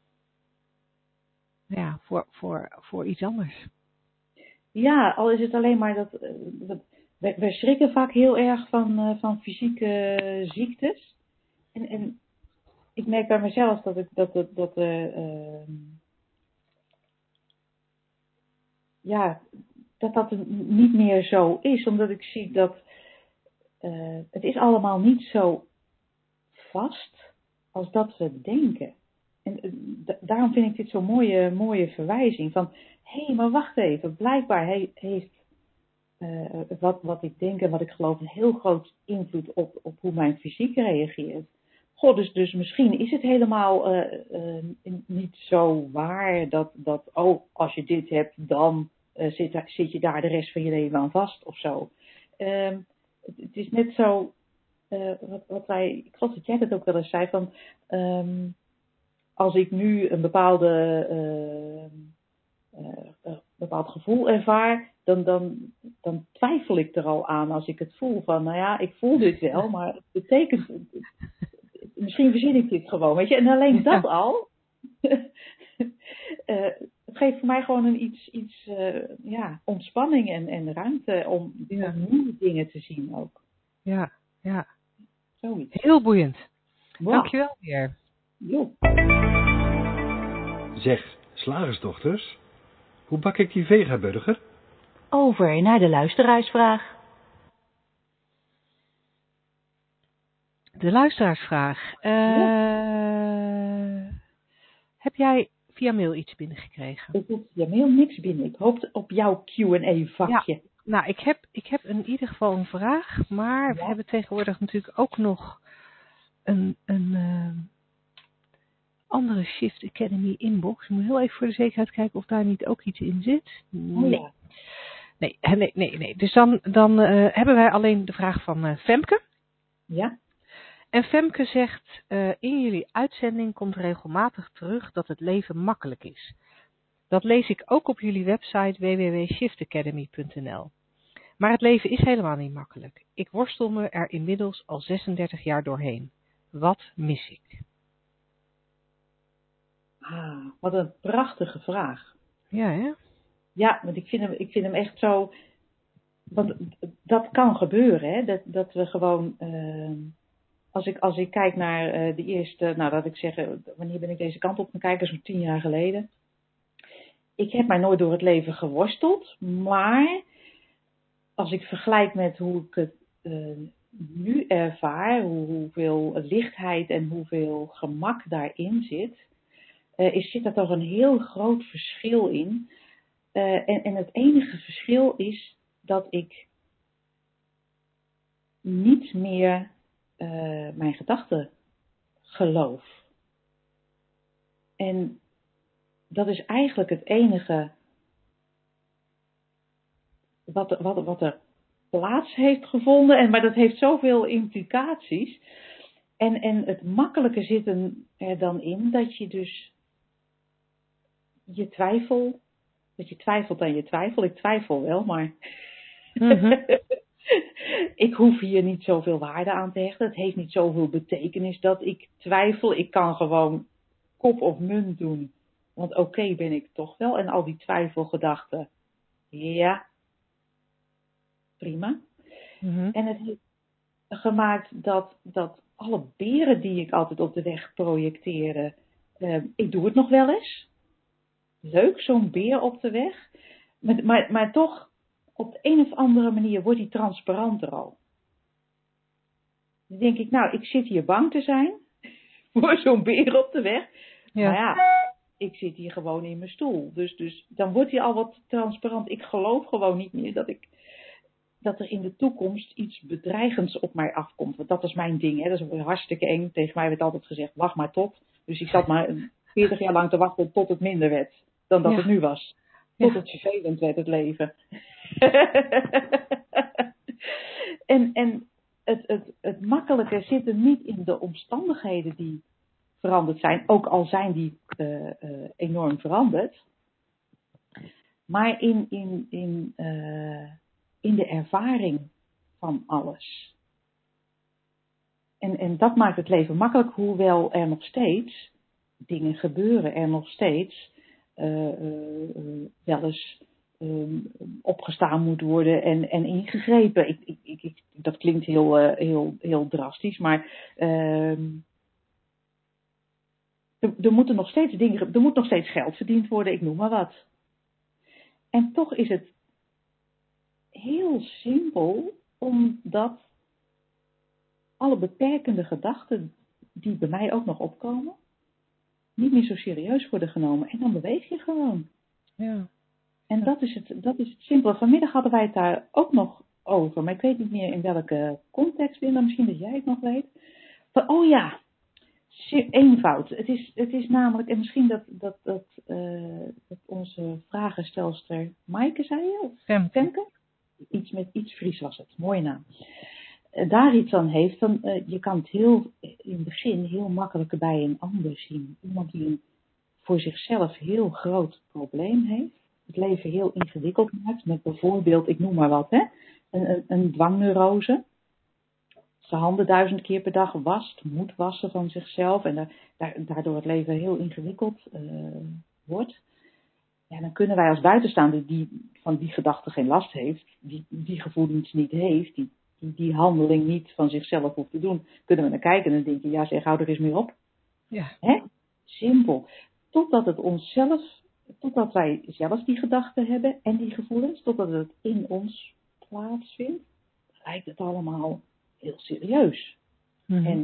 ja, voor, voor, voor iets anders. Ja, al is het alleen maar dat... Uh, dat We, we schrikken vaak heel erg van, uh, van fysieke uh, ziektes. En, en ik merk bij mezelf dat ik dat dat, dat uh, uh, ja, dat dat niet meer zo is, omdat ik zie dat uh, het is allemaal niet zo vast als dat we denken. En uh, d- daarom vind ik dit zo'n mooie, mooie verwijzing van, hé, hey, maar wacht even, blijkbaar he, heeft Uh, wat, wat ik denk en wat ik geloof een heel groot invloed op, op hoe mijn fysiek reageert. Goh, dus, dus misschien is het helemaal uh, uh, niet zo waar dat, dat, oh, als je dit hebt, dan uh, zit, zit je daar de rest van je leven aan vast of zo. Uh, het, het is net zo, uh, wat, wat wij, ik geloof dat jij dat ook wel eens zei, van um, als ik nu een bepaalde... Uh, Uh, een bepaald gevoel ervaar, dan, dan, dan twijfel ik er al aan als ik het voel. Van, nou ja, ik voel dit wel, maar het betekent, misschien verzin ik dit gewoon, weet je. En alleen dat al, uh, het geeft voor mij gewoon een iets, iets uh, ja, ontspanning en, en ruimte om, ja. om nieuwe dingen te zien ook. Ja, ja. Zoiets. Heel boeiend. Wow. Dankjewel weer. Jo. Zeg, slagersdochters, hoe bak ik die vegaburger? Over naar de luisteraarsvraag. de luisteraarsvraag. Uh, ja. Heb jij via mail iets binnengekregen? Ik heb via mail niks binnen. Ik hoop op jouw Q en A vakje. Ja, nou, ik heb, ik heb in ieder geval een vraag, maar ja. we hebben tegenwoordig natuurlijk ook nog een, een uh, andere Shift Academy inbox. Ik moet heel even voor de zekerheid kijken of daar niet ook iets in zit. Nee. Oh ja. Nee, nee, nee, nee. Dus dan, dan uh, hebben wij alleen de vraag van uh, Femke. Ja. En Femke zegt, uh, in jullie uitzending komt regelmatig terug dat het leven makkelijk is. Dat lees ik ook op jullie website w w w punt shift academy punt n l. Maar het leven is helemaal niet makkelijk. Ik worstel me er inmiddels al zesendertig jaar doorheen. Wat mis ik? Ah, wat een prachtige vraag. Ja, hè? Ja, want ik vind hem, ik vind hem echt zo... Want dat kan gebeuren, hè. Dat, dat we gewoon... Uh, als, ik, als ik kijk naar uh, de eerste... Nou, laat ik zeggen... Wanneer ben ik deze kant op gaan kijken? Zo'n tien jaar geleden. Ik heb mij nooit door het leven geworsteld. Maar... Als ik vergelijk met hoe ik het uh, nu ervaar... Hoe, hoeveel lichtheid en hoeveel gemak daarin zit... Uh, is, zit er toch een heel groot verschil in... Uh, en, en het enige verschil is dat ik niet meer uh, mijn gedachten geloof. En dat is eigenlijk het enige wat, wat, wat er plaats heeft gevonden. En, maar dat heeft zoveel implicaties. En, en het makkelijke zit er dan in dat je dus je twijfel... Dat je twijfelt aan je twijfel. Ik twijfel wel, maar... Mm-hmm. Ik hoef hier niet zoveel waarde aan te hechten. Het heeft niet zoveel betekenis dat ik twijfel. Ik kan gewoon kop of munt doen. Want oké okay ben ik toch wel. En al die twijfelgedachten. Ja. Prima. Mm-hmm. En het heeft gemaakt dat, dat alle beren die ik altijd op de weg projecteerde. Uh, ik doe het nog wel eens. Leuk, zo'n beer op de weg. Maar, maar, maar toch, op de een of andere manier wordt die transparanter al. Dan denk ik, nou, ik zit hier bang te zijn voor zo'n beer op de weg. Ja. Maar ja, ik zit hier gewoon in mijn stoel. Dus, dus dan wordt hij al wat transparant. Ik geloof gewoon niet meer dat, ik, dat er in de toekomst iets bedreigends op mij afkomt. Want dat is mijn ding, hè. Dat is hartstikke eng. Tegen mij werd altijd gezegd, wacht maar tot. Dus ik zat maar veertig jaar lang te wachten tot het minder werd. Dan dat ja. het nu was. Tot ja. het vervelend werd, het leven. en en het, het, het makkelijke zit er niet in de omstandigheden die veranderd zijn. Ook al zijn die uh, uh, enorm veranderd. Maar in, in, in, uh, in de ervaring van alles. En, en dat maakt het leven makkelijk. Hoewel er nog steeds dingen gebeuren. Er nog steeds... Uh, uh, uh, wel eens uh, opgestaan moet worden en, en ingegrepen. Ik, ik, ik, dat klinkt heel, uh, heel, heel drastisch, maar uh, er, er moeten nog steeds dingen, er moet nog steeds geld verdiend worden, ik noem maar wat. En toch is het heel simpel, omdat alle beperkende gedachten die bij mij ook nog opkomen, niet meer zo serieus worden genomen. En dan beweeg je gewoon. Ja. En ja. dat is het, dat is het simpele. Vanmiddag hadden wij het daar ook nog over. Maar ik weet niet meer in welke context, Linda. Misschien dat jij het nog weet. Van, oh ja, eenvoud. Het is, het is namelijk, en misschien dat, dat, dat, uh, dat onze vragenstelster Maaike zei je? Of Femke. Femke? Iets met iets Fries was het. Mooie naam. Daar iets aan heeft, dan, uh, je kan het heel in het begin heel makkelijk bij een ander zien. Iemand die een voor zichzelf heel groot probleem heeft, het leven heel ingewikkeld maakt, met bijvoorbeeld, ik noem maar wat, hè, een, een, een dwangneurose. Zijn handen duizend keer per dag wast, moet wassen van zichzelf en da- daardoor het leven heel ingewikkeld uh, wordt. Ja, dan kunnen wij als buitenstaander die van die gedachte geen last heeft, die, die gevoelens niet heeft, die Die, die handeling niet van zichzelf hoeft te doen, kunnen we naar kijken en dan denk je, ja zeg, hou er eens meer op. Ja. Hè? Simpel. Totdat het onszelf, totdat wij zelf die gedachten hebben en die gevoelens, totdat het in ons plaatsvindt, lijkt het allemaal heel serieus. Mm-hmm. En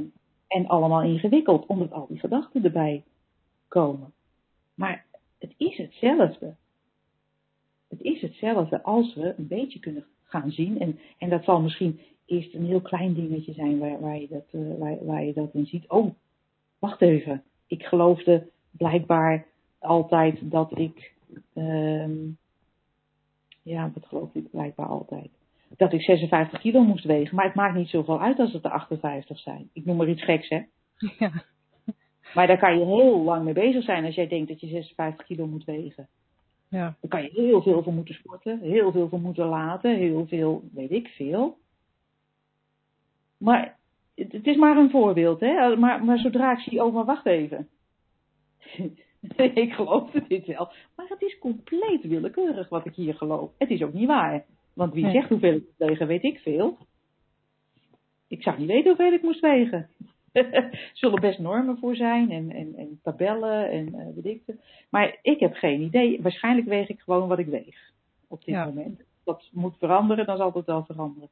En allemaal ingewikkeld, omdat al die gedachten erbij komen. Maar het is hetzelfde. Het is hetzelfde als we een beetje kunnen gaan zien. En, en dat zal misschien eerst een heel klein dingetje zijn waar, waar, je dat, uh, waar, waar je dat in ziet. Oh, wacht even. Ik geloofde blijkbaar altijd dat ik... Uh, ja, wat geloofde ik blijkbaar altijd? Dat ik zesenvijftig kilo moest wegen. Maar het maakt niet zoveel uit als het er achtenvijftig zijn. Ik noem maar iets geks, hè? Ja. Maar daar kan je heel lang mee bezig zijn als jij denkt dat je zesenvijftig kilo moet wegen. Ja. Daar kan je heel veel voor moeten sporten, heel veel voor moeten laten, heel veel, weet ik veel. Maar het, het is maar een voorbeeld, hè. Maar, maar zodra ik zie, oh maar wacht even. Ik geloof dit wel. Maar het is compleet willekeurig wat ik hier geloof. Het is ook niet waar. Want wie Nee. zegt hoeveel ik moet wegen, weet ik veel. Ik zou niet weten hoeveel ik moest wegen. Er zullen best normen voor zijn en, en, en tabellen en uh, weet ik veel. Maar ik heb geen idee. Waarschijnlijk weeg ik gewoon wat ik weeg. Op dit Ja. moment. Dat moet veranderen, dan zal het wel veranderen.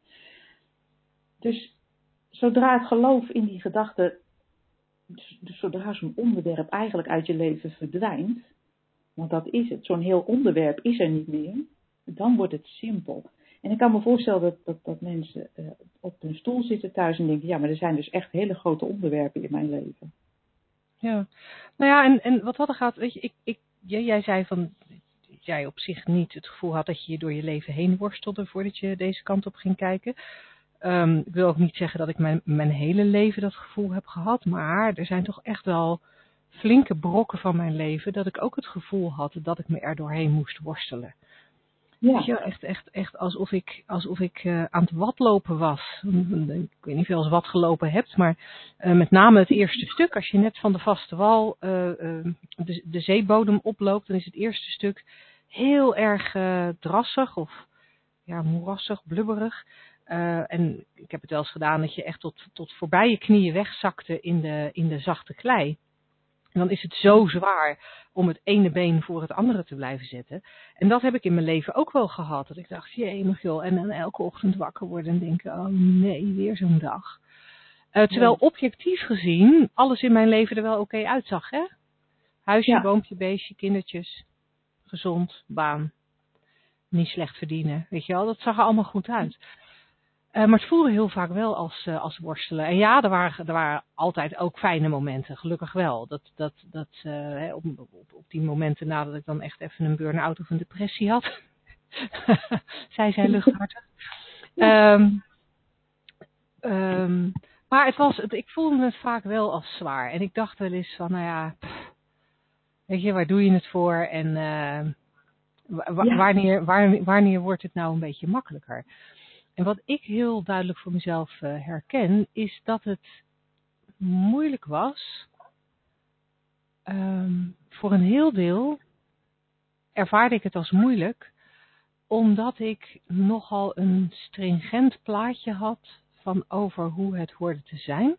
Dus zodra het geloof in die gedachte, dus zodra zo'n onderwerp eigenlijk uit je leven verdwijnt, want dat is het, zo'n heel onderwerp is er niet meer, dan wordt het simpel. En ik kan me voorstellen dat, dat, dat mensen uh, op hun stoel zitten thuis en denken, ja, maar er zijn dus echt hele grote onderwerpen in mijn leven. Ja, nou ja, en, en wat dat er gaat, weet je, ik, ik, jij, jij zei van, jij op zich niet het gevoel had dat je je door je leven heen worstelde voordat je deze kant op ging kijken. Um, ik wil ook niet zeggen dat ik mijn, mijn hele leven dat gevoel heb gehad, maar er zijn toch echt wel flinke brokken van mijn leven dat ik ook het gevoel had dat ik me er doorheen moest worstelen. Ja. Weet je, echt, echt, echt alsof ik, alsof ik uh, aan het watlopen was. Ik weet niet of je als wat gelopen hebt, maar uh, met name het eerste stuk. Als je net van de vaste wal uh, uh, de, de zeebodem oploopt, dan is het eerste stuk heel erg uh, drassig of ja, moerassig, blubberig. Uh, en ik heb het wel eens gedaan dat je echt tot, tot voorbij je knieën wegzakte in de, in de zachte klei. En dan is het zo zwaar om het ene been voor het andere te blijven zetten. En dat heb ik in mijn leven ook wel gehad. Dat ik dacht, jee, joh. En dan elke ochtend wakker worden en denken, oh nee, weer zo'n dag. Uh, terwijl Ja. objectief gezien alles in mijn leven er wel oké okay uitzag. Hè? Huisje, Ja. boompje, beestje, kindertjes, gezond, baan. Niet slecht verdienen, weet je wel. Dat zag er allemaal goed uit. Uh, maar het voelde heel vaak wel als, uh, als worstelen. En ja, er waren, er waren altijd ook fijne momenten, gelukkig wel. Dat, dat, dat, uh, hè, op, op, op die momenten nadat ik dan echt even een burn-out of een depressie had. Zij zijn luchthartig. Ja. Um, um, maar het was, het, ik voelde het vaak wel als zwaar. En ik dacht wel eens van, nou ja, pff, weet je, waar doe je het voor? En uh, wa- Ja. wanneer, waar, wanneer wordt het nou een beetje makkelijker? En wat ik heel duidelijk voor mezelf uh, herken, is dat het moeilijk was. Um, voor een heel deel ervaarde ik het als moeilijk, omdat ik nogal een stringent plaatje had van over hoe het hoorde te zijn.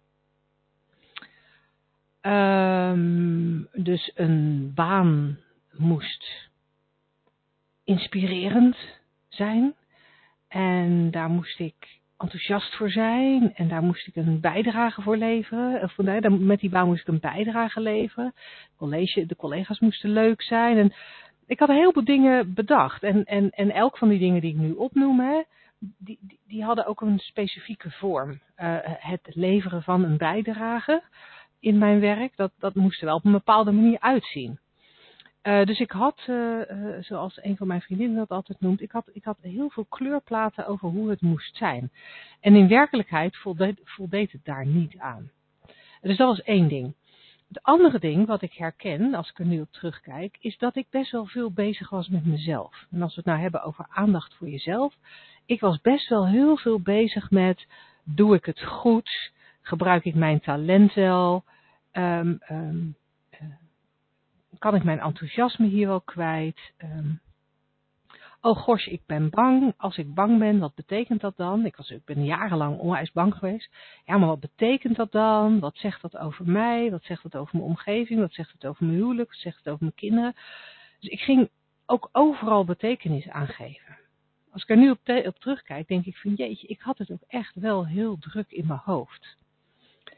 Um, dus een baan moest inspirerend zijn. En daar moest ik enthousiast voor zijn. En daar moest ik een bijdrage voor leveren. Of, nee, met die baan moest ik een bijdrage leveren. College, de collega's moesten leuk zijn. En ik had een heleboel dingen bedacht. En, en, en elk van die dingen die ik nu opnoem, hè, die, die, die hadden ook een specifieke vorm. Uh, het leveren van een bijdrage in mijn werk, dat, dat moest er wel op een bepaalde manier uitzien. Uh, dus ik had, uh, uh, zoals een van mijn vriendinnen dat altijd noemt, ik had, ik had heel veel kleurplaten over hoe het moest zijn. En in werkelijkheid voldeed, voldeed het daar niet aan. Dus dat was één ding. Het andere ding wat ik herken, als ik er nu op terugkijk, is dat ik best wel veel bezig was met mezelf. En als we het nou hebben over aandacht voor jezelf, ik was best wel heel veel bezig met, doe ik het goed? Gebruik ik mijn talent wel? Um, um, Kan ik mijn enthousiasme hier wel kwijt? Um, oh gosh, ik ben bang. Als ik bang ben, wat betekent dat dan? Ik, was, ik ben jarenlang onwijs bang geweest. Ja, maar wat betekent dat dan? Wat zegt dat over mij? Wat zegt dat over mijn omgeving? Wat zegt het over mijn huwelijk? Wat zegt het over mijn kinderen? Dus ik ging ook overal betekenis aangeven. Als ik er nu op, op terugkijk, denk ik van jeetje, ik had het ook echt wel heel druk in mijn hoofd.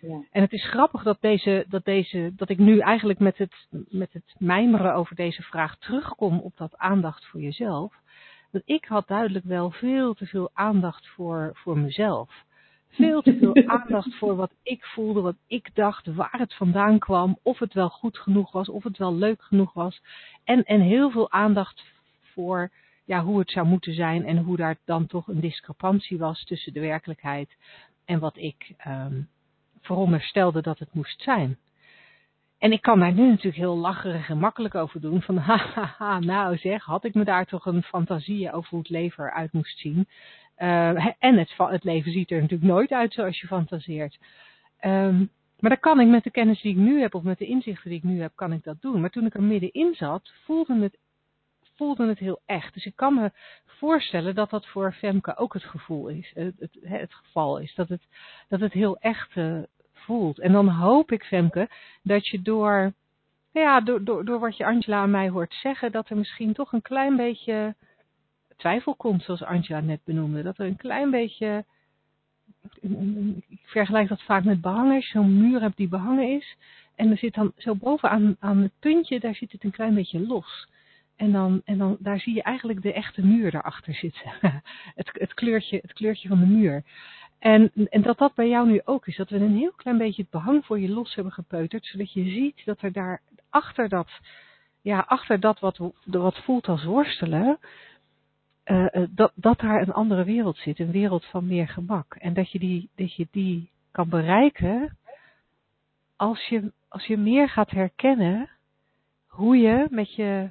Ja. En het is grappig dat, deze, dat, deze, dat ik nu eigenlijk met het, met het mijmeren over deze vraag terugkom op dat aandacht voor jezelf. Want ik had duidelijk wel veel te veel aandacht voor, voor mezelf. Veel te veel aandacht voor wat ik voelde, wat ik dacht, waar het vandaan kwam. Of het wel goed genoeg was, of het wel leuk genoeg was. En, en heel veel aandacht voor ja, hoe het zou moeten zijn. En hoe daar dan toch een discrepantie was tussen de werkelijkheid en wat ik um, veronderstelde dat het moest zijn. En ik kan daar nu natuurlijk heel lacherig en makkelijk over doen. Van haha, nou zeg, had ik me daar toch een fantasie over hoe het leven eruit moest zien. Uh, en het, het leven ziet er natuurlijk nooit uit zoals je fantaseert. Um, maar dat kan ik met de kennis die ik nu heb, of met de inzichten die ik nu heb, kan ik dat doen. Maar toen ik er middenin zat, voelde het, voelde het heel echt. Dus ik kan me voorstellen dat dat voor Femke ook het gevoel is. Het, het, het geval is. Dat het, dat het heel echt uh, voelt. En dan hoop ik, Femke, dat je door, ja, door, door, door wat je Angela aan mij hoort zeggen, dat er misschien toch een klein beetje twijfel komt, zoals Angela net benoemde. Dat er een klein beetje, ik vergelijk dat vaak met behangen, als je zo'n muur hebt die behangen is. En er zit dan zo bovenaan aan het puntje, daar zit het een klein beetje los. En dan, en dan daar zie je eigenlijk de echte muur daarachter zitten. het, het, kleurtje, het kleurtje van de muur. En, en dat dat bij jou nu ook is. Dat we een heel klein beetje het behang voor je los hebben gepeuterd. Zodat je ziet dat er daar achter dat, ja, achter dat wat, wat voelt als worstelen. Uh, dat, dat daar een andere wereld zit. Een wereld van meer gemak. En dat je die, dat je die kan bereiken als je, als je meer gaat herkennen hoe je met je,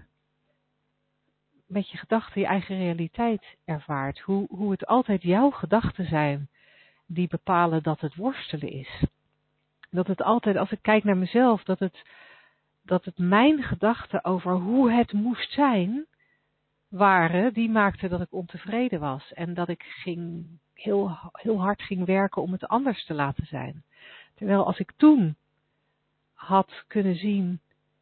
met je gedachten je eigen realiteit ervaart. Hoe, hoe het altijd jouw gedachten zijn die bepalen dat het worstelen is. Dat het altijd, als ik kijk naar mezelf, dat het, dat het mijn gedachten over hoe het moest zijn waren, die maakten dat ik ontevreden was. En dat ik ging, heel, heel hard ging werken om het anders te laten zijn. Terwijl als ik toen had kunnen zien,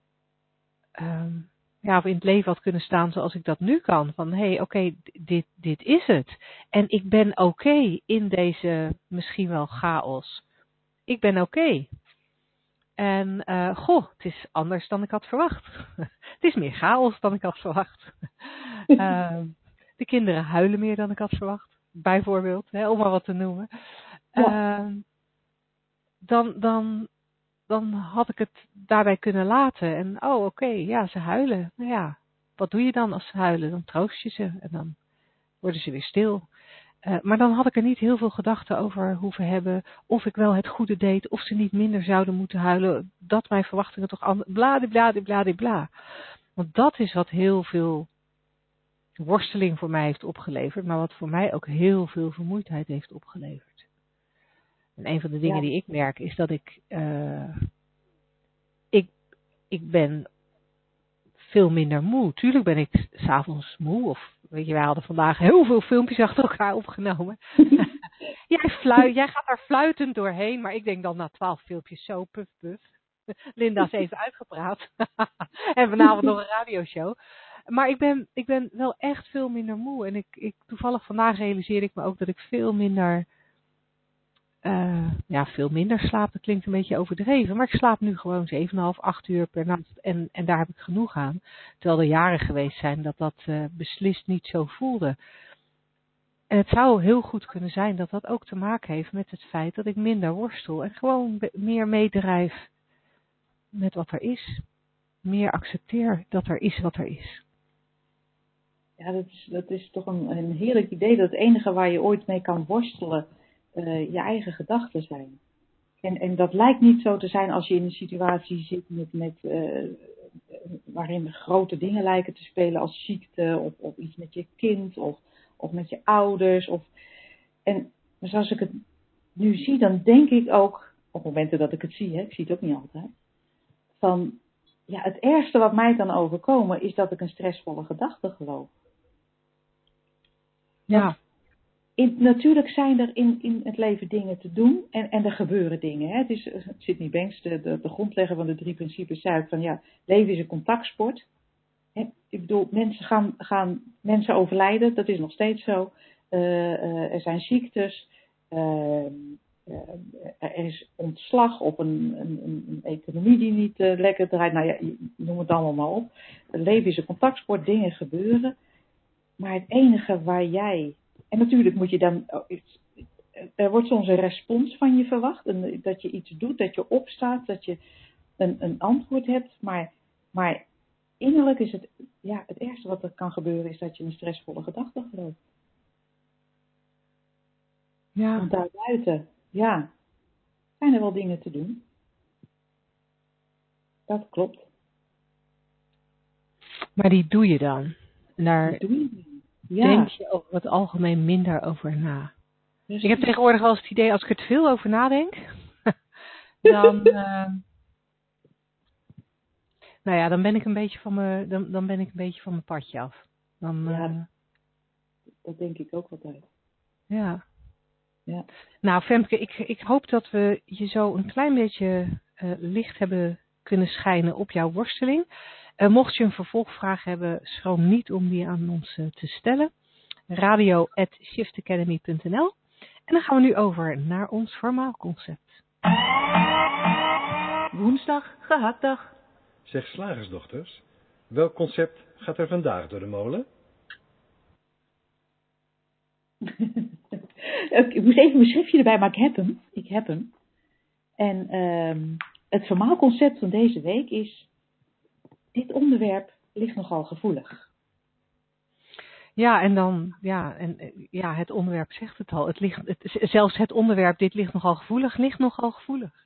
um, ja, of in het leven had kunnen staan zoals ik dat nu kan. Van, hé, hey, oké, okay, dit, dit is het. En ik ben oké okay in deze misschien wel chaos. Ik ben oké. Okay. En, uh, goh, het is anders dan ik had verwacht. Het is meer chaos dan ik had verwacht. uh, de kinderen huilen meer dan ik had verwacht. Bijvoorbeeld, hè, om maar wat te noemen. Ja. Uh, dan, dan, dan had ik het daarbij kunnen laten. En, oh, oké, okay, ja, ze huilen. Nou ja, wat doe je dan als ze huilen? Dan troost je ze en dan worden ze weer stil. Uh, maar dan had ik er niet heel veel gedachten over hoeven hebben. Of ik wel het goede deed. Of ze niet minder zouden moeten huilen. Dat mijn verwachtingen toch anders. Bladibladibladibla. Want dat is wat heel veel worsteling voor mij heeft opgeleverd. Maar wat voor mij ook heel veel vermoeidheid heeft opgeleverd. En een van de dingen ja. die ik merk is dat ik... Uh, ik, ik ben veel minder moe. Tuurlijk ben ik 's avonds moe. Of weet je, wij hadden vandaag heel veel filmpjes achter elkaar opgenomen. jij, fluit, jij gaat daar fluitend doorheen. Maar ik denk dan na twaalf filmpjes zo puf puf. Linda is even uitgepraat. En vanavond nog een radioshow. Maar ik ben, ik ben wel echt veel minder moe. En ik, ik, toevallig vandaag realiseerde ik me ook dat ik veel minder... Uh, ja, veel minder slaap. Dat klinkt een beetje overdreven. Maar ik slaap nu gewoon zeven komma vijf, acht uur per nacht. En, en daar heb ik genoeg aan. Terwijl er jaren geweest zijn dat dat uh, beslist niet zo voelde. En het zou heel goed kunnen zijn dat dat ook te maken heeft met het feit dat ik minder worstel. En gewoon be- meer meedrijf met wat er is. Meer accepteer dat er is wat er is. Ja, dat is, dat is toch een, een heerlijk idee. Dat het enige waar je ooit mee kan worstelen... Uh, je eigen gedachten zijn. En, en dat lijkt niet zo te zijn als je in een situatie zit met, met, uh, waarin grote dingen lijken te spelen als ziekte of, of iets met je kind of, of met je ouders. Of, en zoals ik het nu zie, dan denk ik ook, op momenten dat ik het zie, hè, ik zie het ook niet altijd, van ja, het ergste wat mij kan overkomen is dat ik een stressvolle gedachte geloof. Ja. Want In, natuurlijk zijn er in, in het leven dingen te doen en, en er gebeuren dingen. Hè. Het is Sydney Banks, de, de, de grondlegger van de drie principes, zei van ja, leven is een contactsport. Hè. Ik bedoel, mensen gaan, gaan mensen overlijden, dat is nog steeds zo. Uh, uh, er zijn ziektes, uh, uh, er is ontslag of een, een, een economie die niet uh, lekker draait. Nou ja, noem het allemaal maar op. Het leven is een contactsport, dingen gebeuren. Maar het enige waar jij... En natuurlijk moet je dan... Er wordt soms een respons van je verwacht. En dat je iets doet, dat je opstaat, dat je een, een antwoord hebt. Maar, maar innerlijk is het... Ja, het ergste wat er kan gebeuren is dat je een stressvolle gedachte gelooft. Ja. Want daarbuiten, ja, zijn er wel dingen te doen. Dat klopt. Maar die doe je dan. En daar Die doe je. Ja. denk je over het algemeen minder over na. Dus ik heb tegenwoordig wel eens het idee, als ik er te veel over nadenk, dan, uh, nou ja, dan ben ik een beetje van mijn, dan, dan ben ik een beetje van mijn padje af. Dan, uh, ja, dat denk ik ook altijd. Ja. Ja. Nou, Femke, ik, ik hoop dat we je zo een klein beetje uh, licht hebben kunnen schijnen op jouw worsteling. Uh, mocht je een vervolgvraag hebben, schroom niet om die aan ons uh, te stellen. radio at shift academy punt n l. En dan gaan we nu over naar ons vermaalconcept. Woensdag, gehaktdag. Zeg slagersdochters, welk concept gaat er vandaag door de molen? Ik moest even mijn schriftje erbij, maar ik heb hem. Ik heb hem. En um, het vermaalconcept van deze week is... Dit onderwerp ligt nogal gevoelig. Ja, en dan, ja, en ja, het onderwerp zegt het al. Het ligt, het, zelfs het onderwerp, dit ligt nogal gevoelig, ligt nogal gevoelig.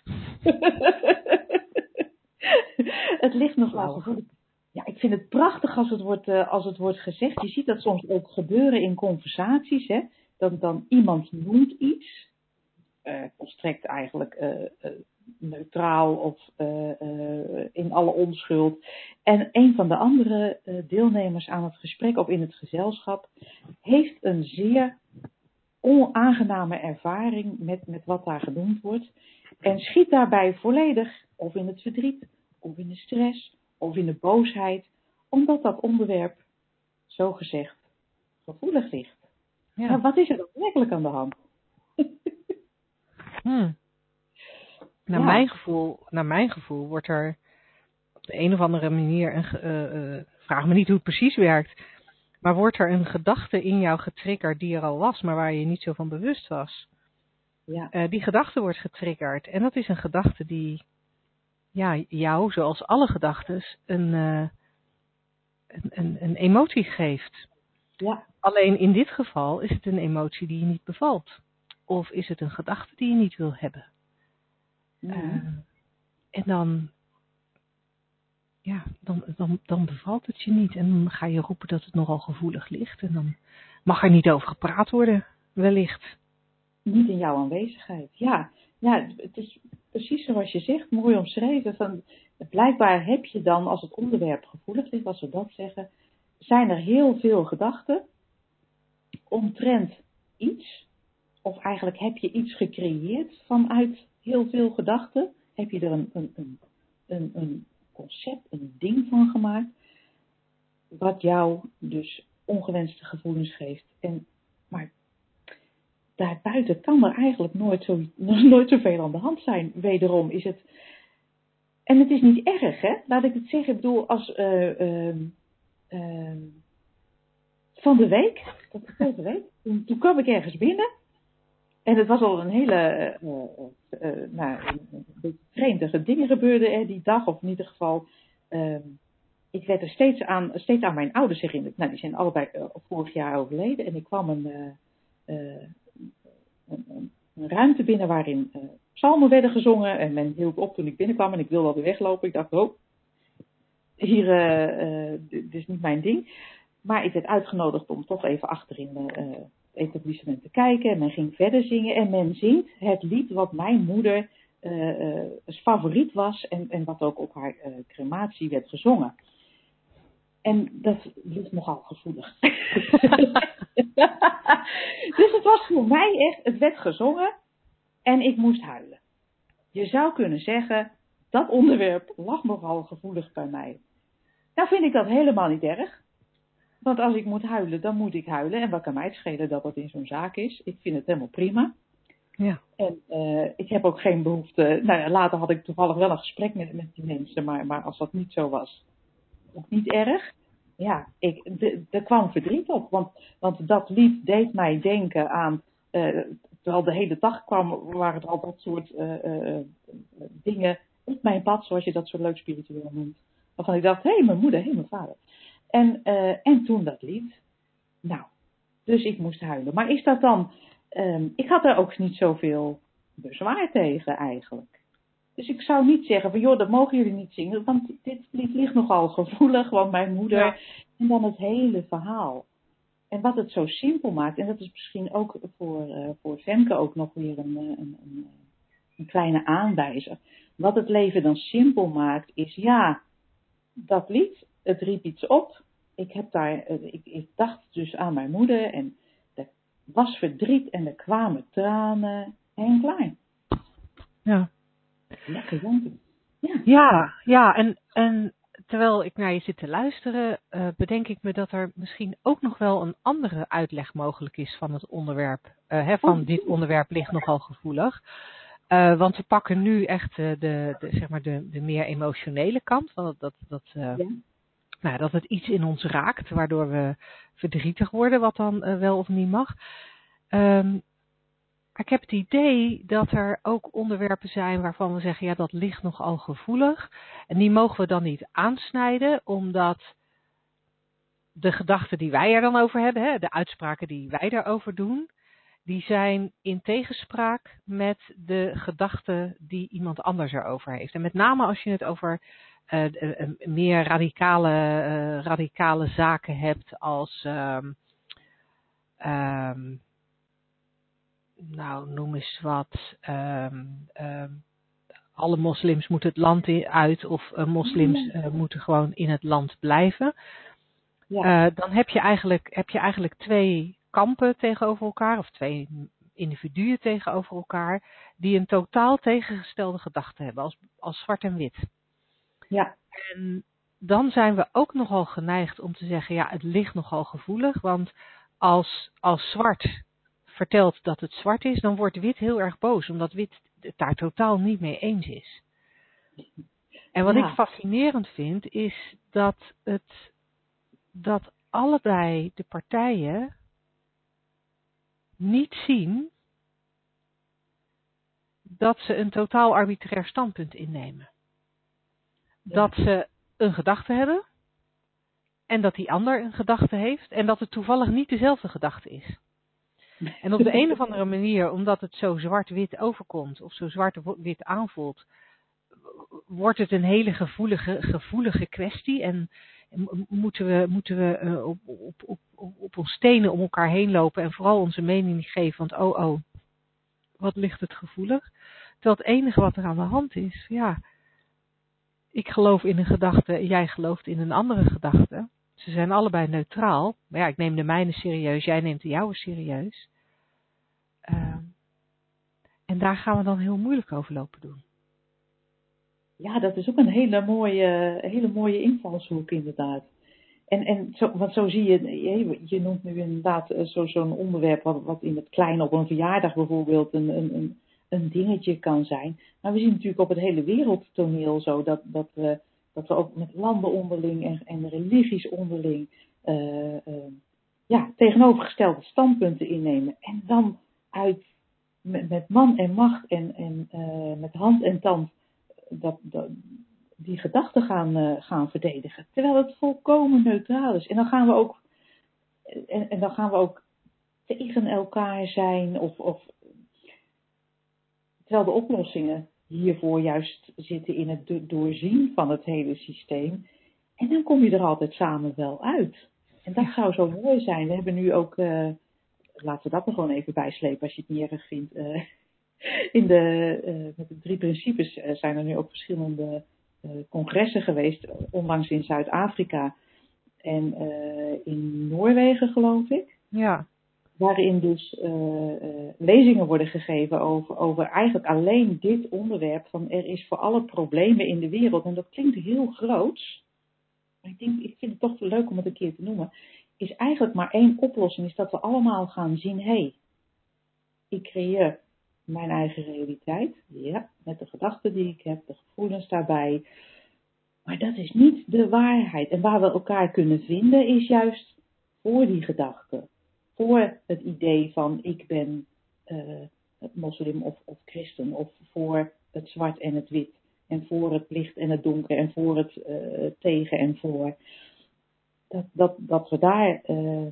Het ligt nogal gevoelig. Ja, ik vind het prachtig als het wordt, uh, als het wordt gezegd. Je ziet dat soms ook gebeuren in conversaties. Hè? Dat dan iemand noemt iets. Uh, volstrekt eigenlijk uh, uh, neutraal of uh, uh, in alle onschuld. En een van de andere uh, deelnemers aan het gesprek of in het gezelschap heeft een zeer onaangename ervaring met, met wat daar genoemd wordt. En schiet daarbij volledig of in het verdriet, of in de stress, of in de boosheid. Omdat dat onderwerp, zogezegd, gevoelig ligt. Ja. Maar wat is er dan werkelijk aan de hand? Hmm. Naar, Ja. mijn gevoel, naar mijn gevoel wordt er op de een of andere manier, een, uh, uh, vraag me niet hoe het precies werkt, maar wordt er een gedachte in jou getriggerd die er al was, maar waar je niet zo van bewust was. Ja. Uh, die gedachte wordt getriggerd en dat is een gedachte die ja, jou, zoals alle gedachten, een, uh, een, een, een emotie geeft. Ja. Alleen in dit geval is het een emotie die je niet bevalt. Of is het een gedachte die je niet wil hebben. Mm-hmm. Uh, en dan, ja, dan, dan, dan bevalt het je niet. En dan ga je roepen dat het nogal gevoelig ligt. En dan mag er niet over gepraat worden, wellicht. Niet in jouw aanwezigheid. Ja, ja, het is precies zoals je zegt, mooi omschreven. Van, blijkbaar heb je dan, als het onderwerp gevoelig ligt, als we dat zeggen, zijn er heel veel gedachten omtrent iets. Of eigenlijk heb je iets gecreëerd vanuit heel veel gedachten. Heb je er een, een, een, een, een concept, een ding van gemaakt. Wat jou dus ongewenste gevoelens geeft. En, maar daarbuiten kan er eigenlijk nooit, zo, nooit zoveel aan de hand zijn. Wederom is het... En het is niet erg, hè? Laat ik het zeggen. Ik bedoel, als... Uh, uh, uh, van de week, dat was vorige week, toen, toen kwam ik ergens binnen. En het was al een hele... Uh, uh, uh, nou, een, een beetje vreemde dingen gebeurden er die dag. Of in ieder geval... Uh, ik werd er steeds aan, steeds aan mijn ouders herinnerd. Nou, die zijn allebei uh, vorig jaar overleden. En ik kwam een... Uh, uh, Een, een, een ruimte binnen waarin uh, psalmen werden gezongen. En men hield op toen ik binnenkwam en ik wilde alweer weglopen. Ik dacht, oh, hier, uh, uh, dit is niet mijn ding. Maar ik werd uitgenodigd om toch even achterin uh, het etablissement te kijken. En men ging verder zingen. En men zingt het lied wat mijn moeder uh, uh, favoriet was. En, en wat ook op haar uh, crematie werd gezongen. En dat ligt nogal gevoelig. Dus het was voor mij echt, het werd gezongen en ik moest huilen. Je zou kunnen zeggen, dat onderwerp lag nogal gevoelig bij mij. Nou vind ik dat helemaal niet erg. Want als ik moet huilen, dan moet ik huilen. En wat kan mij het schelen dat dat in zo'n zaak is? Ik vind het helemaal prima. Ja. En uh, ik heb ook geen behoefte. Nou ja, later had ik toevallig wel een gesprek met, met die mensen, maar, maar als dat niet zo was, ook niet erg. Ja, ik, er kwam verdriet op, want, want dat lied deed mij denken aan, uh, terwijl de hele dag kwam, waren er al dat soort uh, uh, dingen op mijn pad, zoals je dat zo leuk spiritueel noemt. Waarvan ik dacht, hé, hey, mijn moeder, hé, hey, mijn vader. En, uh, en toen dat lied. Nou, dus ik moest huilen. Maar is dat dan, um, ik had er ook niet zoveel bezwaar tegen eigenlijk. Dus ik zou niet zeggen van, joh, dat mogen jullie niet zingen, want dit lied ligt nogal gevoelig, want mijn moeder, ja. En dan het hele verhaal. En wat het zo simpel maakt, en dat is misschien ook voor, uh, voor Femke ook nog weer een, een, een, een kleine aanwijzer. Wat het leven dan simpel maakt, is ja, dat lied, het riep iets op. Ik, heb daar, uh, ik, ik dacht dus aan mijn moeder en er was verdriet en er kwamen tranen en klaar. Ja. Lekker janken. Ja, ja, ja en, en terwijl ik naar je zit te luisteren, uh, bedenk ik me dat er misschien ook nog wel een andere uitleg mogelijk is van het onderwerp. Uh, hè, van oh. Dit onderwerp ligt nogal gevoelig. Uh, want we pakken nu echt uh, de, de, zeg maar de, de meer emotionele kant. Van dat, dat, dat, uh, ja. nou, dat het iets in ons raakt, waardoor we verdrietig worden, wat dan uh, wel of niet mag. Um, Maar ik heb het idee dat er ook onderwerpen zijn waarvan we zeggen, ja, dat ligt nogal gevoelig. En die mogen we dan niet aansnijden, omdat de gedachten die wij er dan over hebben, hè, de uitspraken die wij daarover doen, die zijn in tegenspraak met de gedachten die iemand anders erover heeft. En met name als je het over uh, uh, meer radicale, uh, radicale zaken hebt als... Um, um, Nou, noem eens wat. Um, um, alle moslims moeten het land in, uit of uh, moslims uh, moeten gewoon in het land blijven. Ja. Uh, dan heb je, eigenlijk, heb je eigenlijk twee kampen tegenover elkaar, of twee individuen tegenover elkaar, die een totaal tegengestelde gedachte hebben, als, als zwart en wit. Ja. En dan zijn we ook nogal geneigd om te zeggen, ja, het ligt nogal gevoelig, want als, als zwart vertelt dat het zwart is, dan wordt wit heel erg boos, omdat wit het daar totaal niet mee eens is. En wat ja. ik fascinerend vind, is dat het, dat allebei de partijen niet zien dat ze een totaal arbitrair standpunt innemen. Ja. Dat ze een gedachte hebben, en dat die ander een gedachte heeft, en dat het toevallig niet dezelfde gedachte is. En op de een of andere manier, omdat het zo zwart-wit overkomt, of zo zwart-wit aanvoelt, wordt het een hele gevoelige, gevoelige kwestie. En moeten we, moeten we uh, op, op, op, op ons tenen om elkaar heen lopen en vooral onze mening niet geven, want oh oh, wat ligt het gevoelig. Terwijl het enige wat er aan de hand is, ja, ik geloof in een gedachte, jij gelooft in een andere gedachte. Ze zijn allebei neutraal. Maar ja, ik neem de mijne serieus, jij neemt de jouwe serieus. Uh, en daar gaan we dan heel moeilijk over lopen doen. Ja, dat is ook een hele mooie, hele mooie invalshoek inderdaad. En, en zo, want zo zie je, je, je noemt nu inderdaad zo, zo'n onderwerp wat, wat in het klein op een verjaardag bijvoorbeeld een, een, een, een dingetje kan zijn. Maar we zien natuurlijk op het hele wereldtoneel zo dat, dat, we, dat we ook met landen onderling en, en religies onderling uh, uh, ja, tegenovergestelde standpunten innemen. En dan uit met, met man en macht en, en uh, met hand en tand dat, dat, die gedachten gaan, uh, gaan verdedigen. Terwijl het volkomen neutraal is. En dan gaan we ook, en, en dan gaan we ook tegen elkaar zijn. Of, of, terwijl de oplossingen hiervoor juist zitten in het do- doorzien van het hele systeem. En dan kom je er altijd samen wel uit. En dat zou zo mooi zijn. We hebben nu ook, uh, laten we dat er gewoon even bijslepen als je het niet erg vindt. Uh, in de, uh, met de drie principes uh, zijn er nu ook verschillende uh, congressen geweest. Onlangs in Zuid-Afrika en uh, in Noorwegen, geloof ik. Ja. Waarin dus uh, uh, lezingen worden gegeven over, over eigenlijk alleen dit onderwerp. Van er is voor alle problemen in de wereld. En dat klinkt heel groots. Maar ik, denk, ik vind het toch leuk om het een keer te noemen. Is eigenlijk maar één oplossing. Is dat we allemaal gaan zien. Hé, hey, ik creëer mijn eigen realiteit. Ja, met de gedachten die ik heb, de gevoelens daarbij. Maar dat is niet de waarheid. En waar we elkaar kunnen vinden is juist voor die gedachten. Voor het idee van ik ben uh, moslim of, of christen. Of voor het zwart en het wit. En voor het licht en het donker. En voor het uh, tegen en voor. Dat, dat, dat we daar... Uh,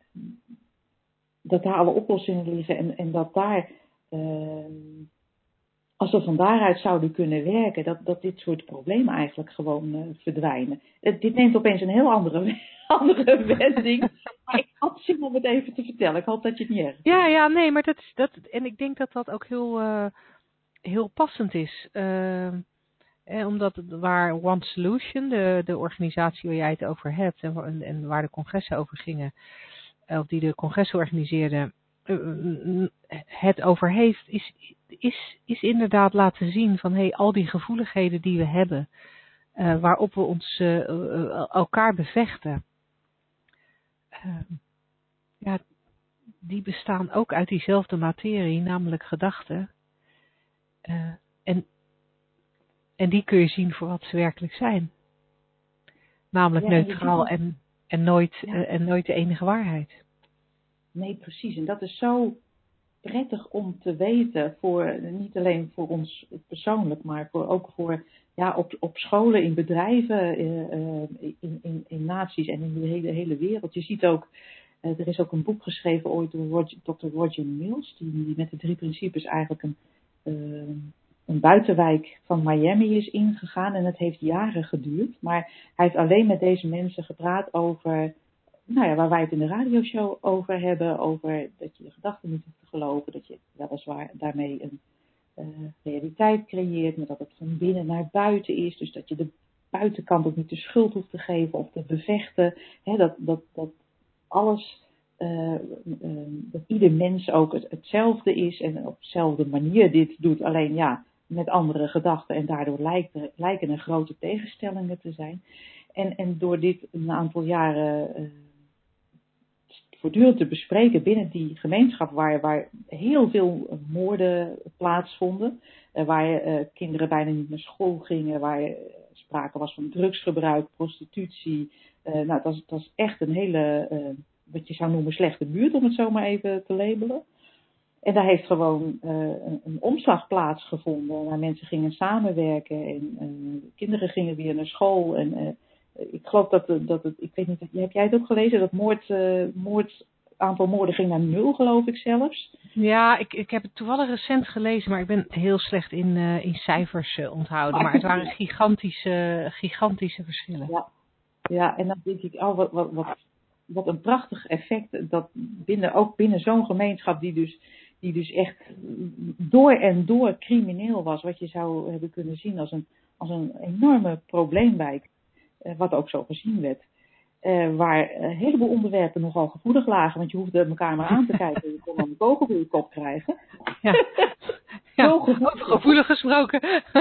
dat daar alle oplossingen liggen. En, en dat daar... Uh, als we van daaruit zouden kunnen werken, dat, dat dit soort problemen eigenlijk gewoon uh, verdwijnen. Uh, dit neemt opeens een heel andere, andere wending. Maar ik had zin om het even te vertellen. Ik hoop dat je het niet erg vindt. Ja, ja, nee, maar dat is dat. En ik denk dat dat ook heel, uh, heel passend is. Uh, eh, omdat waar One Solution, de, de organisatie waar jij het over hebt, en, en waar de congressen over gingen, of die de congressen organiseerden, uh, het over heeft, is, is, is inderdaad laten zien van hey, al die gevoeligheden die we hebben, uh, waarop we ons uh, uh, elkaar bevechten, uh, ja, die bestaan ook uit diezelfde materie, namelijk gedachten. Uh, en, en die kun je zien voor wat ze werkelijk zijn. Namelijk ja, neutraal en, en, en, nooit, ja. uh, en nooit de enige waarheid. Nee, precies. En dat is zo prettig om te weten, voor, niet alleen voor ons persoonlijk, maar voor, ook voor ja, op, op scholen, in bedrijven, uh, in, in, in naties en in de hele, hele wereld. Je ziet ook, uh, er is ook een boek geschreven ooit door Roger, dokter Roger Mills, die, die met de drie principes eigenlijk een, uh, een buitenwijk van Miami is ingegaan. En het heeft jaren geduurd, maar hij heeft alleen met deze mensen gepraat over... Nou ja, waar wij het in de radioshow over hebben, over dat je de gedachten niet hoeft te geloven, dat je weliswaar daarmee een uh, realiteit creëert, maar dat het van binnen naar buiten is, dus dat je de buitenkant ook niet de schuld hoeft te geven of te bevechten, hè, dat, dat, dat alles, uh, uh, dat ieder mens ook het, hetzelfde is en op dezelfde manier dit doet, alleen ja, met andere gedachten en daardoor lijken, lijken er grote tegenstellingen te zijn. En, en door dit een aantal jaren uh, voortdurend te bespreken binnen die gemeenschap waar, waar heel veel moorden plaatsvonden, uh, waar uh, kinderen bijna niet naar school gingen, waar uh, sprake was van drugsgebruik, prostitutie. Uh, nou, dat is, dat is echt een hele, uh, wat je zou noemen, slechte buurt, om het zo maar even te labelen. En daar heeft gewoon uh, een, een omslag plaatsgevonden, waar mensen gingen samenwerken en uh, kinderen gingen weer naar school en uh, ik geloof dat, dat het, ik weet niet, heb jij het ook gelezen? Dat moord, uh, moord, aantal moorden ging naar nul, geloof ik zelfs. Ja, ik, ik heb het toevallig recent gelezen, maar ik ben heel slecht in, uh, in cijfers uh, onthouden. Maar het waren gigantische, gigantische verschillen. Ja, ja, en dan denk ik, oh, wat, wat, wat, wat een prachtig effect. Dat binnen, ook binnen zo'n gemeenschap die dus, die dus echt door en door crimineel was. Wat je zou hebben kunnen zien als een, als een enorme probleemwijk. Wat ook zo gezien werd. Uh, waar een heleboel onderwerpen nogal gevoelig lagen. Want je hoefde elkaar maar aan te kijken. Je kon een kogel door je kop krijgen. Ja, ja gevoelig. gevoelig gesproken.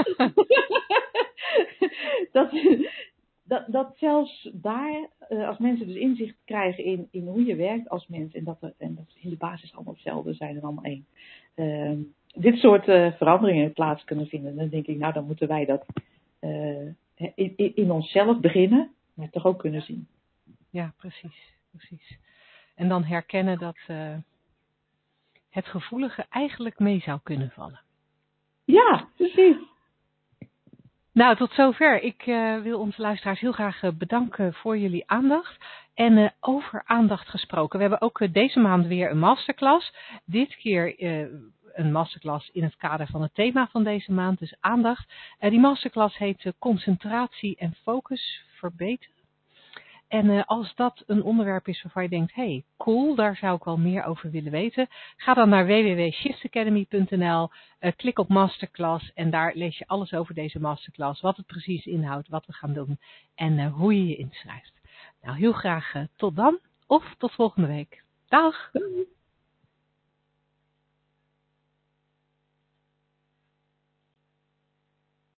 dat, dat, dat zelfs daar, uh, als mensen dus inzicht krijgen in, in hoe je werkt als mens. En dat, er, en dat in de basis allemaal hetzelfde zijn en allemaal één. Uh, dit soort uh, veranderingen plaats kunnen vinden. Dan denk ik, nou dan moeten wij dat... Uh, In, in, in onszelf beginnen, maar toch ook kunnen zien. Ja, precies, precies. En dan herkennen dat uh, het gevoelige eigenlijk mee zou kunnen vallen. Ja, precies. Nou, tot zover. Ik uh, wil onze luisteraars heel graag uh, bedanken voor jullie aandacht. En uh, over aandacht gesproken. We hebben ook uh, deze maand weer een masterclass. Dit keer... Uh, een masterclass in het kader van het thema van deze maand, dus aandacht. Uh, die masterclass heet uh, concentratie en focus verbeteren. En uh, als dat een onderwerp is waarvan je denkt, hey, cool, daar zou ik wel meer over willen weten, ga dan naar w w w punt shift academy punt n l, uh, klik op masterclass en daar lees je alles over deze masterclass, wat het precies inhoudt, wat we gaan doen en uh, hoe je je inschrijft. Nou, heel graag uh, tot dan of tot volgende week. Dag!